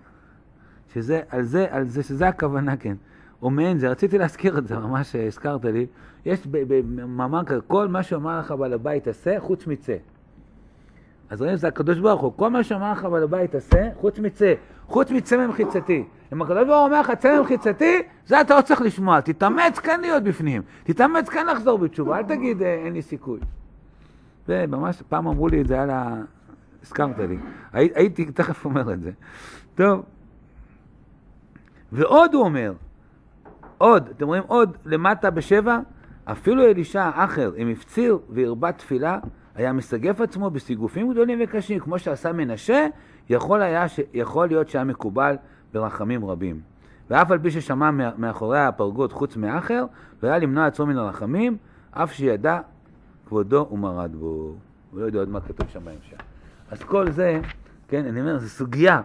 שזה הכוונה, כן. או מעין זה, רציתי להזכיר את זה, ממש הזכרת לי. יש במאמר כזה, כל מה שאומר לך בעל הבית עשה, חוץ מצא. אז רואים, זה הקדוש ברוך הוא, כל מה שאומר לך בעל הבית עשה, חוץ מצא ממחיצתי. אם הקדוש ברוך הוא אומר לך, צא ממחיצתי, זה אתה עוד צריך לשמוע. תתאמץ כאן להיות בפנים, תתאמץ כאן לחזור בתשובה, אל תגיד אין לי סיכוי. וממש פעם אמרו לי את זה, הזכרת לי. הייתי תכף אומר את זה. טוב. ועוד הוא אומר, אתם רואים עוד למטה בשבע, אפילו אלישע אחר, אם הפציר והרבה תפילה, היה מסגף עצמו בסיגופים גדולים וקשים, כמו שעשה מנשה, יכול להיות שהיה מקובל ברחמים רבים. ואף על פי ששמע מאחורי הפרגות חוץ מאחר, והיה למנוע עצמו מן הרחמים, אף שידע כבודו ומרד בו. הוא לא יודע עוד מה כתוב שם בהמשך. אז כל זה, כן, אני אומר, זו סוגיה.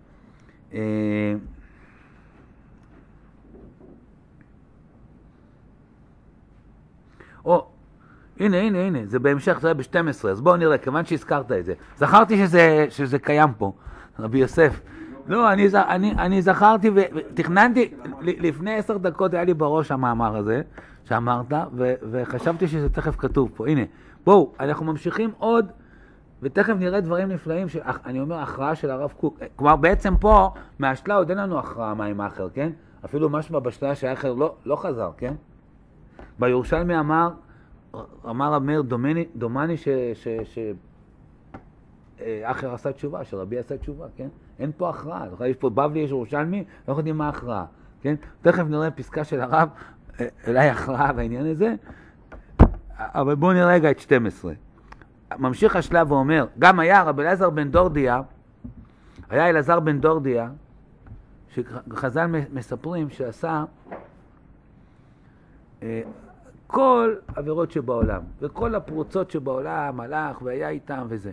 הנה, זה בהמשך, זה היה ב-12, אז בואו נראה, כיוון שהזכרת את זה. זכרתי שזה קיים פה, רבי יוסף. לא, אני זכרתי ותכננתי, לפני 10 דקות היה לי בראש המאמר הזה, שאמרת, וחשבתי שזה תכף כתוב פה. הנה, בואו, אנחנו ממשיכים עוד, ותכף נראה דברים נפלאים, אני אומר, הכרעה של הרב קוק. כלומר, בעצם פה, מהשלה עוד אין לנו הכרעה מה עם האחר, כן? אפילו משמע בשלה שהאחר לא חזר, כן? בירושלמי אמר רב מאיר דומני שאחר עשה תשובה, שרבי עשה תשובה, כן? אין פה הכרעה, יש פה בבלי, יש ירושלמי, לא יודעים מה הכרעה, כן? תכף נראה פסקה של הרב, אולי הכרעה בעניין הזה, אבל בואו נראה רגע את 12. ממשיך השלב ואומר, גם היה רבי אלעזר בן דורדיה, היה אלעזר בן דורדיה, שחז"ל מספרים שעשה כל עבירות שבעולם, וכל הפרוצות שבעולם הלך והיה איתם וזה.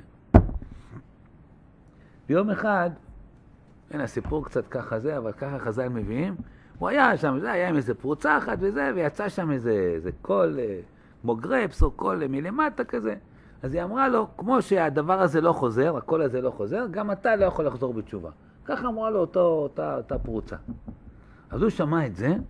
ביום אחד, אין הסיפור קצת ככה זה, אבל ככה חז"ל מביאים, הוא היה שם, זה היה עם איזה פרוצה אחת וזה, ויצא שם איזה קול, כמו גרפס או קול מלמטה כזה. אז היא אמרה לו, כמו שהדבר הזה לא חוזר, הקול הזה לא חוזר, גם אתה לא יכול לחזור בתשובה. ככה אמרה לו אותה פרוצה. אז הוא שמע את זה,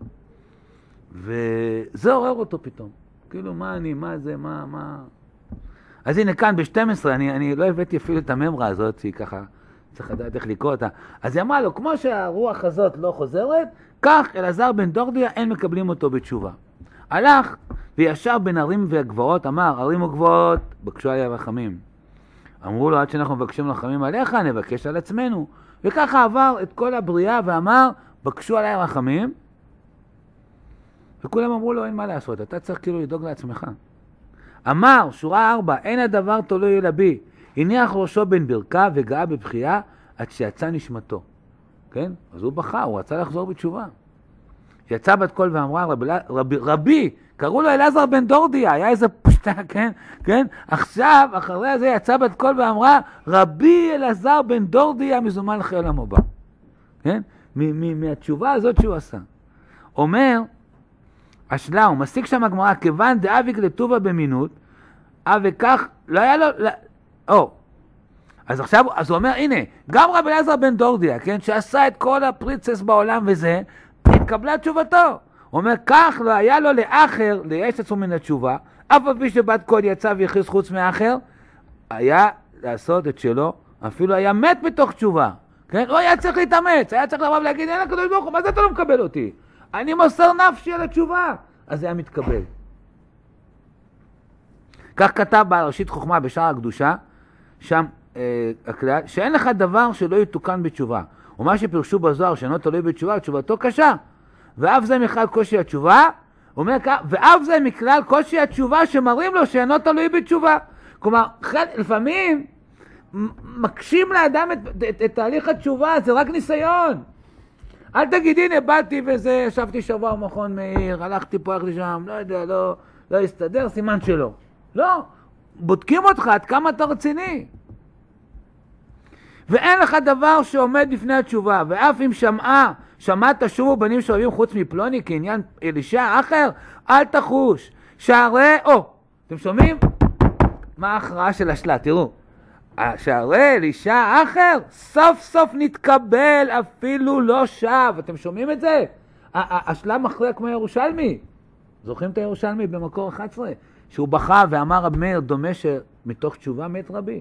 וזה עורר אותו פתאום. כאילו, מה זה. אז הנה כאן ב-12, אני לא הבאתי אפילו את הממרה הזאת, שהיא ככה, צריך לדעת איך לקרוא אותה. אז היא אמרה לו, כמו שהרוח הזאת לא חוזרת, כך אלעזר בן דורדיה אין מקבלים אותו בתשובה. הלך וישב בין ערים והגבעות, אמר, ערים וגבעות, בקשו עליה רחמים. אמרו לו, עד שאנחנו מבקשים רחמים עליך, נבקש על עצמנו. וככה עבר את כל הבריאה ואמר, בקשו עליה רחמים. וכולם אמרו לו, אין מה לעשות, אתה צריך כאילו לדאוג לעצמך. אמר, שורה 4, אין הדבר תלוי אלא בי. הניח ראשו בין ברכה וגאה בבכייה עד שיצא נשמתו. כן? אז הוא בכה, הוא רצה לחזור בתשובה. יצא בת קול ואמרה, רבי, קראו לו אלעזר בן דורדיה, היה איזה הייתה, כן, כן, עכשיו, אחרי זה יצאה בת קול ואמרה, רבי אלעזר בן דורדיה מזומן לחיי עולם הבא. כן? מהתשובה הזאת שהוא עשה. אומר, השלה, הוא מסיק שם הגמרא, כיוון דאביק לטובה במינות, וכך, לא היה לו, אז עכשיו, אז הוא אומר, הנה, גם רבי אלעזר בן דורדיה, כן, שעשה את כל הפריצס בעולם וזה, התקבלה תשובתו. הוא אומר, כך לא היה לו לאחר, לייש עצמו מן התשובה, אף על פי שבת קול יצא ויכריז חוץ מאחר, היה לעשות את שלו, אפילו היה מת בתוך תשובה. כן? הוא היה צריך להתאמץ, היה צריך לבוא ולהגיד, אין הקדוש ברוך הוא, מה זה אתה לא מקבל אותי? אני מוסר נפשי על התשובה. אז זה היה מתקבל. כך כתב בעל ראשית חוכמה בשער הקדושה, שם הכלל, שאין לך דבר שלא יתוקן בתשובה. ומה שפרשו בזוהר שאינו תלוי בתשובה, תשובתו קשה. ואף זה מכלל קושי התשובה, אומר כך, ואף זה מכלל קושי התשובה שמראים לו שאינו תלוי בתשובה. כלומר, לפעמים מקשים לאדם את תהליך התשובה, זה רק ניסיון. אל תגיד, הנה, באתי וזה, ישבתי שבוע במכון מאיר, הלכתי פה, הלכתי שם, לא יודע, לא הסתדר, סימן שלא. לא, בודקים אותך עד כמה אתה רציני. ואין לך דבר שעומד לפני התשובה, ואף אם שמעת שובו בנים שאוהבים חוץ מפלוני כעניין אלישע אחר, אל תחוש. שהרי, אתם שומעים? מה ההכרעה של השלה? תראו. שהרי אלישע אחר סוף סוף נתקבל, אפילו לא שב. אתם שומעים את זה? השלה מכריע כמו ירושלמי. זוכרים את הירושלמי במקור 11? שהוא בכה ואמר רב מאיר דומה שמתוך תשובה מת רבי.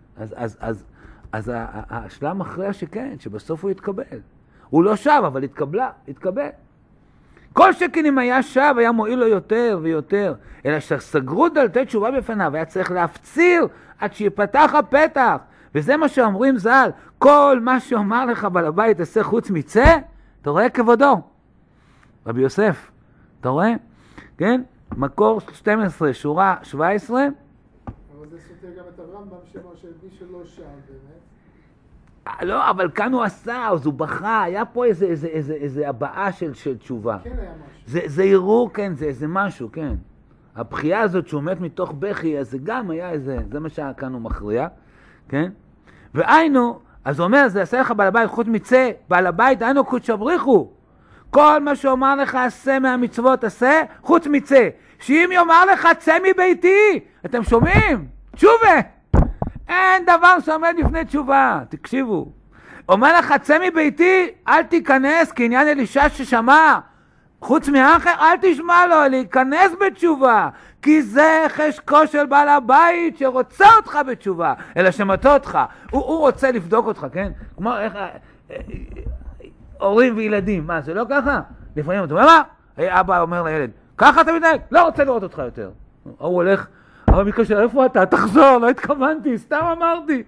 אז השלה מכריע שכן, שבסוף הוא יתקבל. הוא לא שב, אבל התקבל. כל שכן אם היה שב, היה מועיל לו יותר ויותר. אלא שסגרו דלתי תשובה בפניו, היה צריך להפציר עד שיפתח הפתח. וזה מה שאומרים ז"ל, כל מה שאומר לך בעל הבית עשה חוץ מצא, אתה רואה כבודו. רבי יוסף, אתה רואה? כן? מקור 12, שורה 17. אבל זה סותר גם את הרמב"ם שמי שלא שם באמת. לא, אבל כאן הוא עשה, אז הוא בכה, היה פה איזה הבעה של תשובה. כן היה משהו. זה ערעור, כן, זה איזה משהו, כן. הבחייה הזאת שהוא מת מתוך בכי, אז זה גם היה איזה, זה מה שכאן הוא מכריע, כן? והיינו, אז הוא אומר, זה עשה לך בעל הבית חוץ מצא, בעל הבית, היינו קודש הבריחו. כל מה שאומר לך עשה מהמצוות עשה, חוץ מצא. שאם יאמר לך צא מביתי, אתם שומעים? תשובה. אין דבר שעומד לפני תשובה, תקשיבו. אומר לך צא מביתי, אל תיכנס, כי עניין אלישע ששמע, חוץ מאחר, אל תשמע לו, להיכנס בתשובה, כי זה חשקו של בעל הבית שרוצה אותך בתשובה, אלא שמטה אותך. הוא רוצה לבדוק אותך, כן? כמו איך, הורים וילדים, מה, זה לא ככה? לפעמים אתה אומר, מה? אבא אומר לילד, ככה אתה מתנהג? לא רוצה לראות אותך יותר. הוא הולך, אבל מקשר, איפה אתה? תחזור, לא התכוונתי, סתם אמרתי.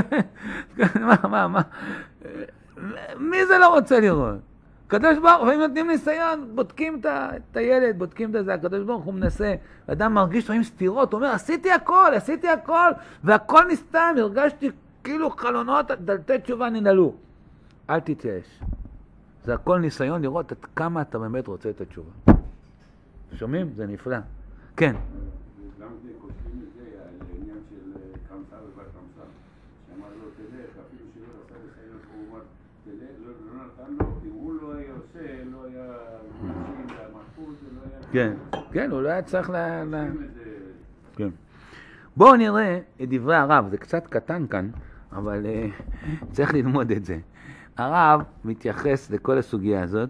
מה? מי זה לא רוצה לראות? הקדוש ברוך הוא, אם נותנים ניסיון, בודקים את הילד, בודקים את זה, הקדוש ברוך הוא מנסה, אדם מרגיש רואים סתירות, הוא אומר, עשיתי הכל, והכל נסתם, הרגשתי כאילו חלונות, דלתי תשובה ננעלו. אל תתייאש. זה הכל ניסיון לראות עד כמה אתה באמת רוצה את התשובה. שומעים? זה נפלא. כן. גם זה כותבים את זה על העניין של קמסה ובת קמסה. שאמר לו, תלך, אפילו שלא רצה לסיים, הוא אומר, תלך, לא נתן לו, אם הוא לא היה עושה, לא היה מנשים, למחפות, לא היה... כן, הוא לא היה צריך כן. בואו נראה את דברי הרב, זה קצת קטן כאן, אבל צריך ללמוד את זה. הרב מתייחס לכל הסוגיה הזאת,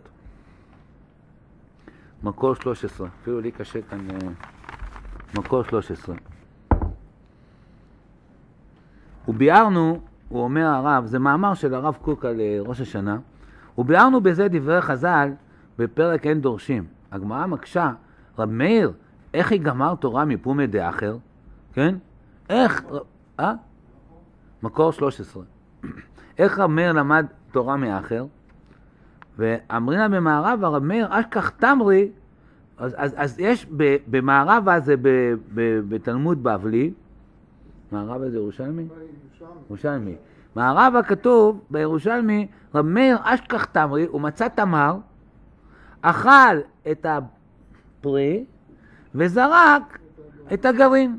מקור 13, אפילו לי קשה כאן, מקור 13. וביארנו, הוא אומר הרב, זה מאמר של הרב קוק על ראש השנה, וביארנו בזה דברי חז"ל בפרק אין דורשים. הגמרא מקשה, רב מאיר, איך יגמר תורה מפומי דאחר? כן? איך? מקור 13. איך רב מאיר למד תורה מאחר? ואמרינה במערב הרב מאיר אשכח תמרי, אז יש במערב הזה בתלמוד בבלי, מערב הזה ירושלמי? ירושלמי. מערב הכתוב בירושלמי, רב מאיר אשכח תמרי, הוא מצא תמר, אכל את הפרי וזרק את הגרעין.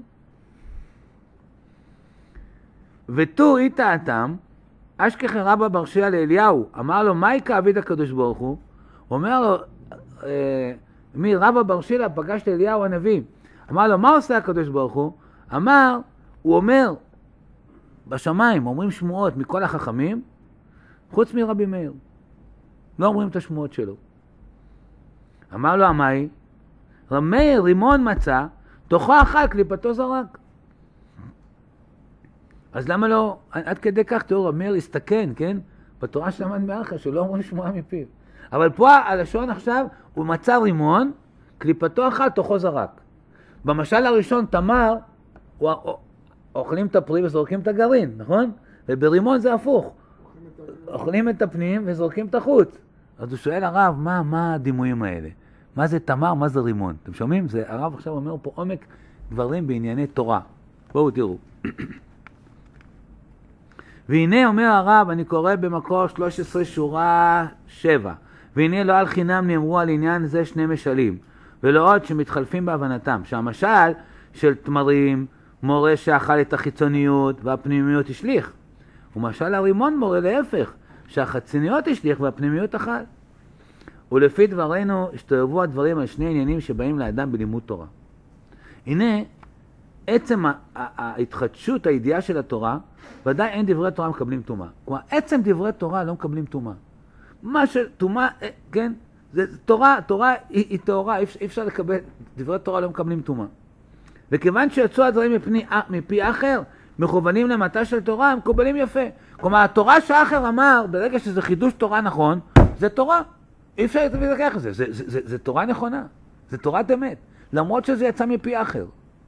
ותו איתאתם, אשכחי רבא ברשיה לאליהו, אמר לו, מה יקעביד הקדוש ברוך הוא? הוא אומר לו, מי רבא ברשיה פגש לאליהו הנביא, אמר לו, מה עושה הקדוש ברוך הוא? הוא אומר, בשמיים אומרים שמועות מכל החכמים, חוץ מרבי מאיר. לא אומרים את השמועות שלו. אמר לו, המאי, רבי מאיר רימון מצא, תוכו אכל, קליפתו זרק. אז למה לא, עד כדי כך תיאור רבי מאיר הסתכן, כן? בתורה שלמד מאלכה, שלא אומרים שמועה מפיו. אבל פה הלשון עכשיו, הוא מצא רימון, קליפתו אכל, תוכו זרק. במשל הראשון, תמר, אוכלים את הפרי וזורקים את הגרעין, נכון? וברימון זה הפוך. אוכלים את הפנים וזורקים את החוץ. אז הוא שואל הרב, מה הדימויים האלה? מה זה תמר, מה זה רימון? אתם שומעים? הרב עכשיו אומר פה עומק דברים בענייני תורה. בואו תראו. והנה אומר הרב, אני קורא במקור 13 שורה 7. והנה לא על חינם נאמרו על עניין זה שני משלים, ולא עוד שמתחלפים בהבנתם. שהמשל של תמרים מורה שאכל את החיצוניות והפנימיות השליך. ומשל הרימון מורה להפך, שהחיצוניות השליך והפנימיות אכל. ולפי דברינו השתובבו הדברים על שני עניינים שבאים לאדם בלימוד תורה. הנה, עצם ההתחדשות, הידיעה של התורה, ודאי אין דברי תורה מקבלים תומה. כלומר, עצם דברי תורה לא מקבלים תומה. מה שתומה, כן, זה תורה היא תורה, אי אפשר לקבל, דברי תורה לא מקבלים תומה. וכיוון שיצאו הדברים מפי אחר, מכוונים למטה של תורה, הם מקובלים יפה. כלומר, התורה שאחר אמר, ברגע שזה חידוש תורה נכון, זה תורה. אי אפשר להתווכח את זה. זה תורה נכונה. זה תורת אמת. למרות שזה יצא מפי אחר.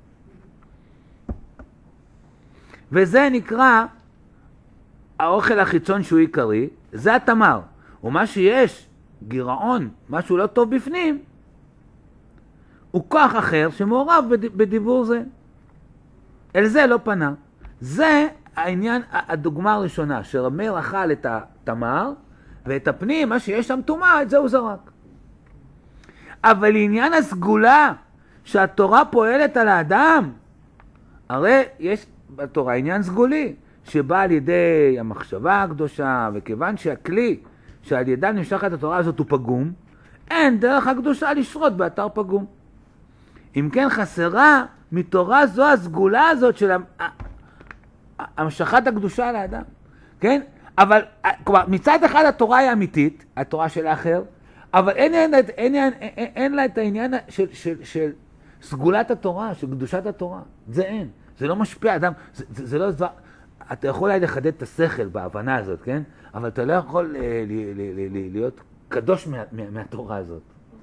וזה נקרא האוכל החיצון שהוא עיקרי, זה התמר. ומה שיש, גירעון, משהו לא טוב בפנים, הוא כוח אחר שמעורב בדיבור זה. אל זה לא פנה. זה העניין, הדוגמה הראשונה, שרבי מאיר אכל את התמר, ואת הפנים, מה שיש שם טומאה, את זה הוא זרק. אבל לעניין הסגולה, שהתורה פועלת על האדם, הרי יש בתורה עניין סגולי, שבא על ידי המחשבה הקדושה, וכיוון שהכלי שעל ידה נמשכת התורה הזאת הוא פגום, אין דרך הקדושה לשרות באתר פגום. אם כן חסרה מתורה זו הסגולה הזאת של המשכת הקדושה על האדם. כן? אבל כלומר, מצד אחד התורה היא אמיתית, התורה של האחר, אבל אין לה את העניין של סגולת התורה, של קדושת התורה. זה אין. זה לא משפיע אדם, זה לא דבר, אתה יכול אולי לחדד את השכל בהבנה הזאת, כן? אבל אתה לא יכול להיות קדוש מהתורה הזאת.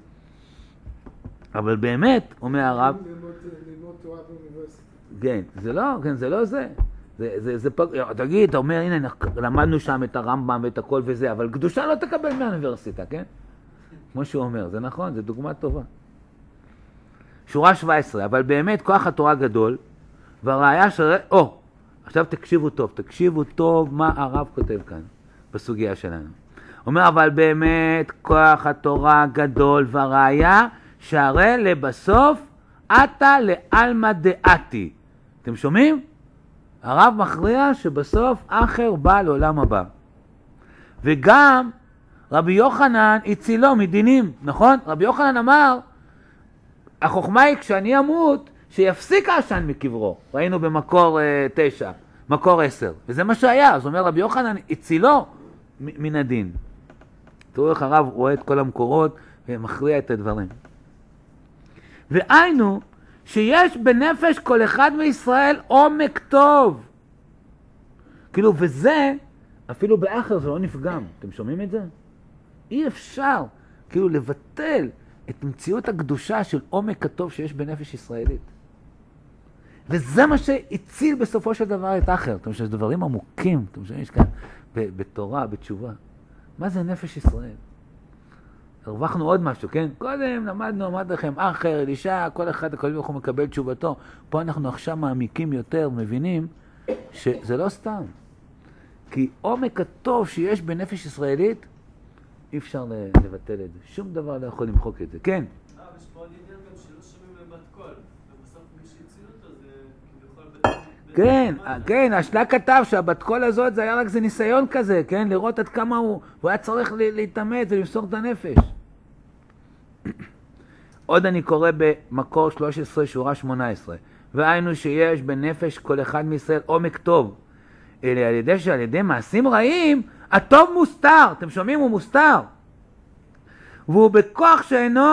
אבל באמת, אומר הרב, ללמוד תורה באוניברסיטה. כן, זה לא זה. תגיד, אתה אומר, הנה, למדנו שם את הרמב"ם ואת הכל וזה, אבל קדושה לא תקבל מהאוניברסיטה, כן? כמו שהוא אומר, זה נכון, זה דוגמה טובה. שורה 17, אבל באמת כוח התורה גדול, והראיה עכשיו תקשיבו טוב מה הרב כותב כאן, בסוגיה שלנו. אומר, אבל באמת כוח התורה גדול, והראיה שהרי לבסוף, אתה לעלמא דעתי. אתם שומעים? הרב מכריע שבסוף אחר בא לעולם הבא. וגם רבי יוחנן הצילו מדינים, נכון? רבי יוחנן אמר, החוכמה היא כשאני אמות, שיפסיק העשן מקברו. ראינו במקור 9, מקור 10. וזה מה שהיה. אז אומר רבי יוחנן, הצילו מן הדין. תראו איך הרב רואה את כל המקורות ומכריע את הדברים. והיינו, שיש בנפש כל אחד מישראל עומק טוב. כאילו, וזה, אפילו באחר זה לא נפגם. אתם שומעים את זה? אי אפשר, כאילו, לבטל את מציאות הקדושה של עומק הטוב שיש בנפש ישראלית. וזה מה שהציל בסופו של דבר את אחר. אתם שומעים, דברים עמוקים, אתם שומעים, יש כאן בתורה, בתשובה. מה זה נפש ישראל? הרווחנו עוד משהו, כן? קודם אמרתי לכם, אחר, אלישע, כל אחד, הכל הוא מקבל תשובתו. פה אנחנו עכשיו מעמיקים יותר, מבינים שזה לא סתם. כי עומק הטוב שיש בנפש ישראלית, אי אפשר לבטל את זה. שום דבר לא יכול למחוק את זה. כן? יש מאוד עניין גם שלא שומעים לבת קול, ובסוף מי שהציל כן, כן, השלה כתב שהבת קול הזאת זה היה רק זה ניסיון כזה, כן, לראות עד כמה הוא היה צריך להתאמץ ולמסור את הנפש. עוד אני קורא במקור 13 שורה 18, והיינו שיש בנפש כל אחד מישראל עומק טוב, אלא על ידי שעל ידי מעשים רעים, הטוב מוסתר, אתם שומעים? הוא מוסתר. והוא בכוח שאינו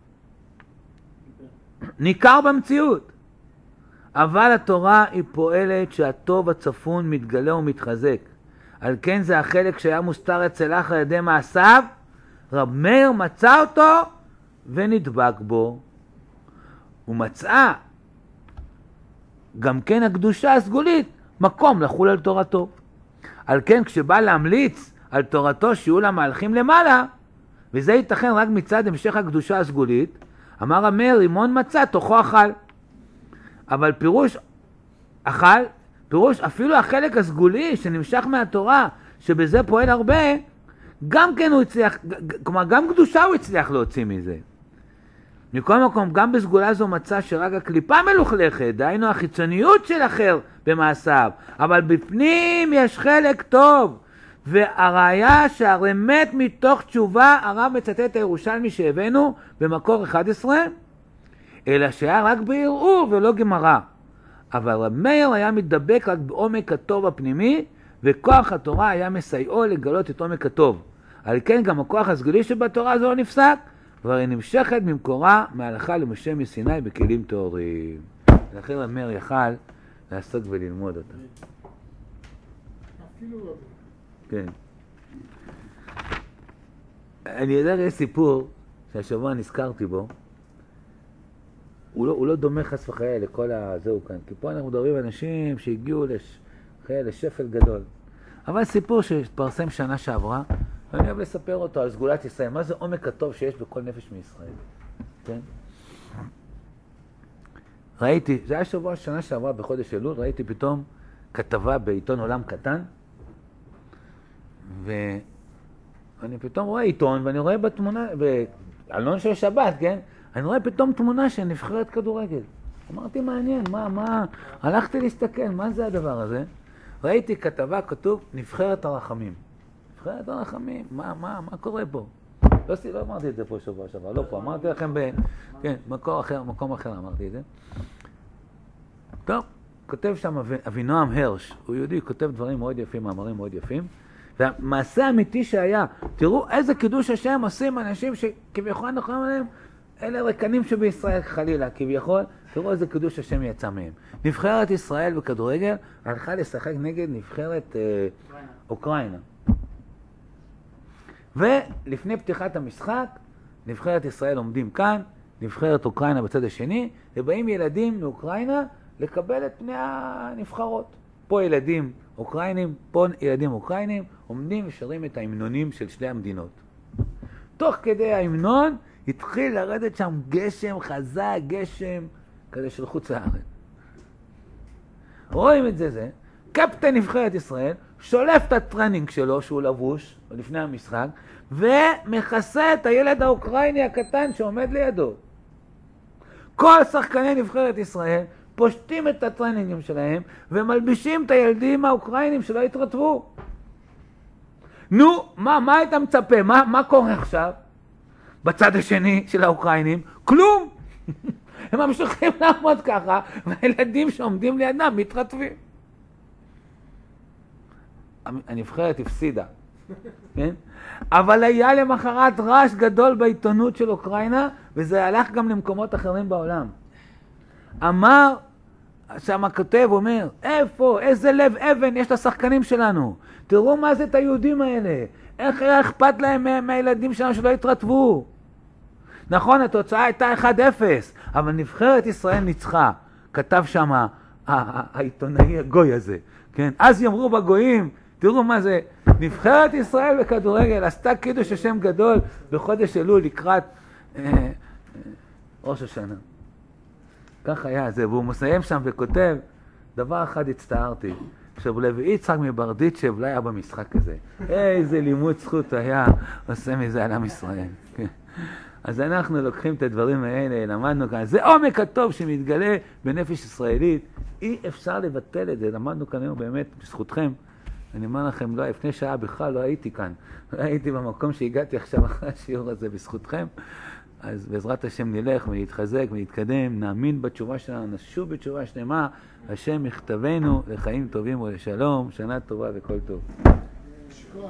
ניכר במציאות. אבל התורה היא פועלת שהטוב הצפון מתגלה ומתחזק. על כן זה החלק שהיה מוסתר אצל אח על ידי מעשיו, רב מאיר מצא אותו ונדבק בו. הוא מצא גם כן הקדושה הסגולית מקום לחול על תורתו. על כן כשבא להמליץ על תורתו שיהיו לה מהלכים למעלה, וזה ייתכן רק מצד המשך הקדושה הסגולית, אמר המאיר רימון מצא תוכו אכל. אבל פירוש אכל, פירוש אפילו החלק הסגולי שנמשך מהתורה, שבזה פועל הרבה, גם כן הוא הצליח, כלומר גם קדושה הוא הצליח להוציא מזה. מכל מקום, גם בסגולה זו מצא שרק הקליפה מלוכלכת, דהיינו החיצוניות של אחר במעשיו, אבל בפנים יש חלק טוב. והראיה שהרמת מתוך תשובה, הרב מצטט הירושלמי שהבאנו במקור 11, אלא שהיה רק בערעור ולא גמרא. אבל רב מאיר היה מתדבק רק בעומק הטוב הפנימי, וכוח התורה היה מסייעו לגלות את עומק הטוב. על כן גם הכוח הסגולי שבתורה זו לא נפסק, כבר היא נמשכת ממקורה מהלכה למשה מסיני בכלים טהורים. ולכן רב מאיר יכל לעסוק וללמוד אותה. אפילו רבי. כן. אני יודע שיש סיפור שהשבוע נזכרתי בו. הוא לא דומה חס וחלילה לכל הזהו כאן, כי פה אנחנו מדברים אנשים שהגיעו לשפל גדול. אבל סיפור שהתפרסם שנה שעברה, ואני אוהב לספר אותו על סגולת ישראל, מה זה עומק הטוב שיש בכל נפש מישראל. כן? ראיתי, זה היה שבוע שנה שעברה בחודש אלול, ראיתי פתאום כתבה בעיתון עולם קטן, ואני פתאום רואה עיתון, ואני רואה בתמונה, בעלון של שבת, כן? אני רואה פתאום תמונה של נבחרת כדורגל. אמרתי, מעניין, מה? הלכתי להסתכל, מה זה הדבר הזה? ראיתי כתבה, כתוב, נבחרת הרחמים. נבחרת הרחמים, מה קורה פה? לא אמרתי את זה פה שבוע שעבר, לא פה, אמרתי לכם כן, מקום אחר אמרתי את זה. טוב, כותב שם אבינועם הרש, הוא יהודי, כותב דברים מאוד יפים, מאמרים מאוד יפים, והמעשה האמיתי שהיה, תראו איזה קידוש השם עושים אנשים שכביכול אנחנו עליהם, אלה רקנים שבישראל חלילה, כביכול, תראו איזה קידוש השם יצא מהם. נבחרת ישראל בכדורגל הלכה לשחק נגד נבחרת אוקראינה. ולפני פתיחת המשחק, נבחרת ישראל עומדים כאן, נבחרת אוקראינה בצד השני, ובאים ילדים מאוקראינה לקבל את פני הנבחרות. פה ילדים אוקראינים, פה ילדים אוקראינים, עומדים ושרים את ההמנונים של שתי המדינות. תוך כדי ההמנון, התחיל לרדת שם גשם חזק, גשם כזה של חוץ לארץ. רואים את זה, קפטן נבחרת ישראל, שולף את הטרנינג שלו שהוא לבוש לפני המשחק, ומכסה את הילד האוקראיני הקטן שעומד לידו. כל שחקני נבחרת ישראל פושטים את הטרנינגים שלהם, ומלבישים את הילדים האוקראינים שלא התרטבו. נו, מה היית מצפה? מה קורה עכשיו? בצד השני של האוקראינים, כלום. הם ממשיכים לעמוד ככה, והילדים שעומדים לידם מתרטבים. הנבחרת הפסידה, כן? אבל היה למחרת רעש גדול בעיתונות של אוקראינה, וזה הלך גם למקומות אחרים בעולם. אמר, שם הכותב אומר, איזה לב אבן יש לשחקנים שלנו. תראו מה זה את היהודים האלה. איך היה אכפת להם מהילדים שלנו שלא התרטבו. נכון, התוצאה הייתה 1-0, אבל נבחרת ישראל ניצחה. כתב שם העיתונאי הגוי הזה. כן? אז יאמרו בגויים, תראו מה זה, נבחרת ישראל בכדורגל עשתה קידוש השם גדול בחודש אלול לקראת ראש השנה. כך היה זה, והוא מסיים שם וכותב, דבר אחד הצטערתי, כשרבי יצחק מברדיצ'ב לא היה במשחק הזה. איזה לימוד זכות היה עושה מזה על עם ישראל. כן. אז אנחנו לוקחים את הדברים האלה, למדנו כאן, זה עומק הטוב שמתגלה בנפש ישראלית, אי אפשר לבטל את זה, למדנו כאן היום באמת בזכותכם. אני אומר לכם, לא, לפני שעה בכלל לא הייתי כאן. לא הייתי במקום שהגעתי עכשיו אחרי השיעור הזה בזכותכם. אז בעזרת השם נלך ונתחזק ונתקדם, נאמין בתשובה שלנו, נשוב בתשובה שלמה, השם יכתבנו לחיים טובים ולשלום, שנה טובה וכל טוב. לשכוח.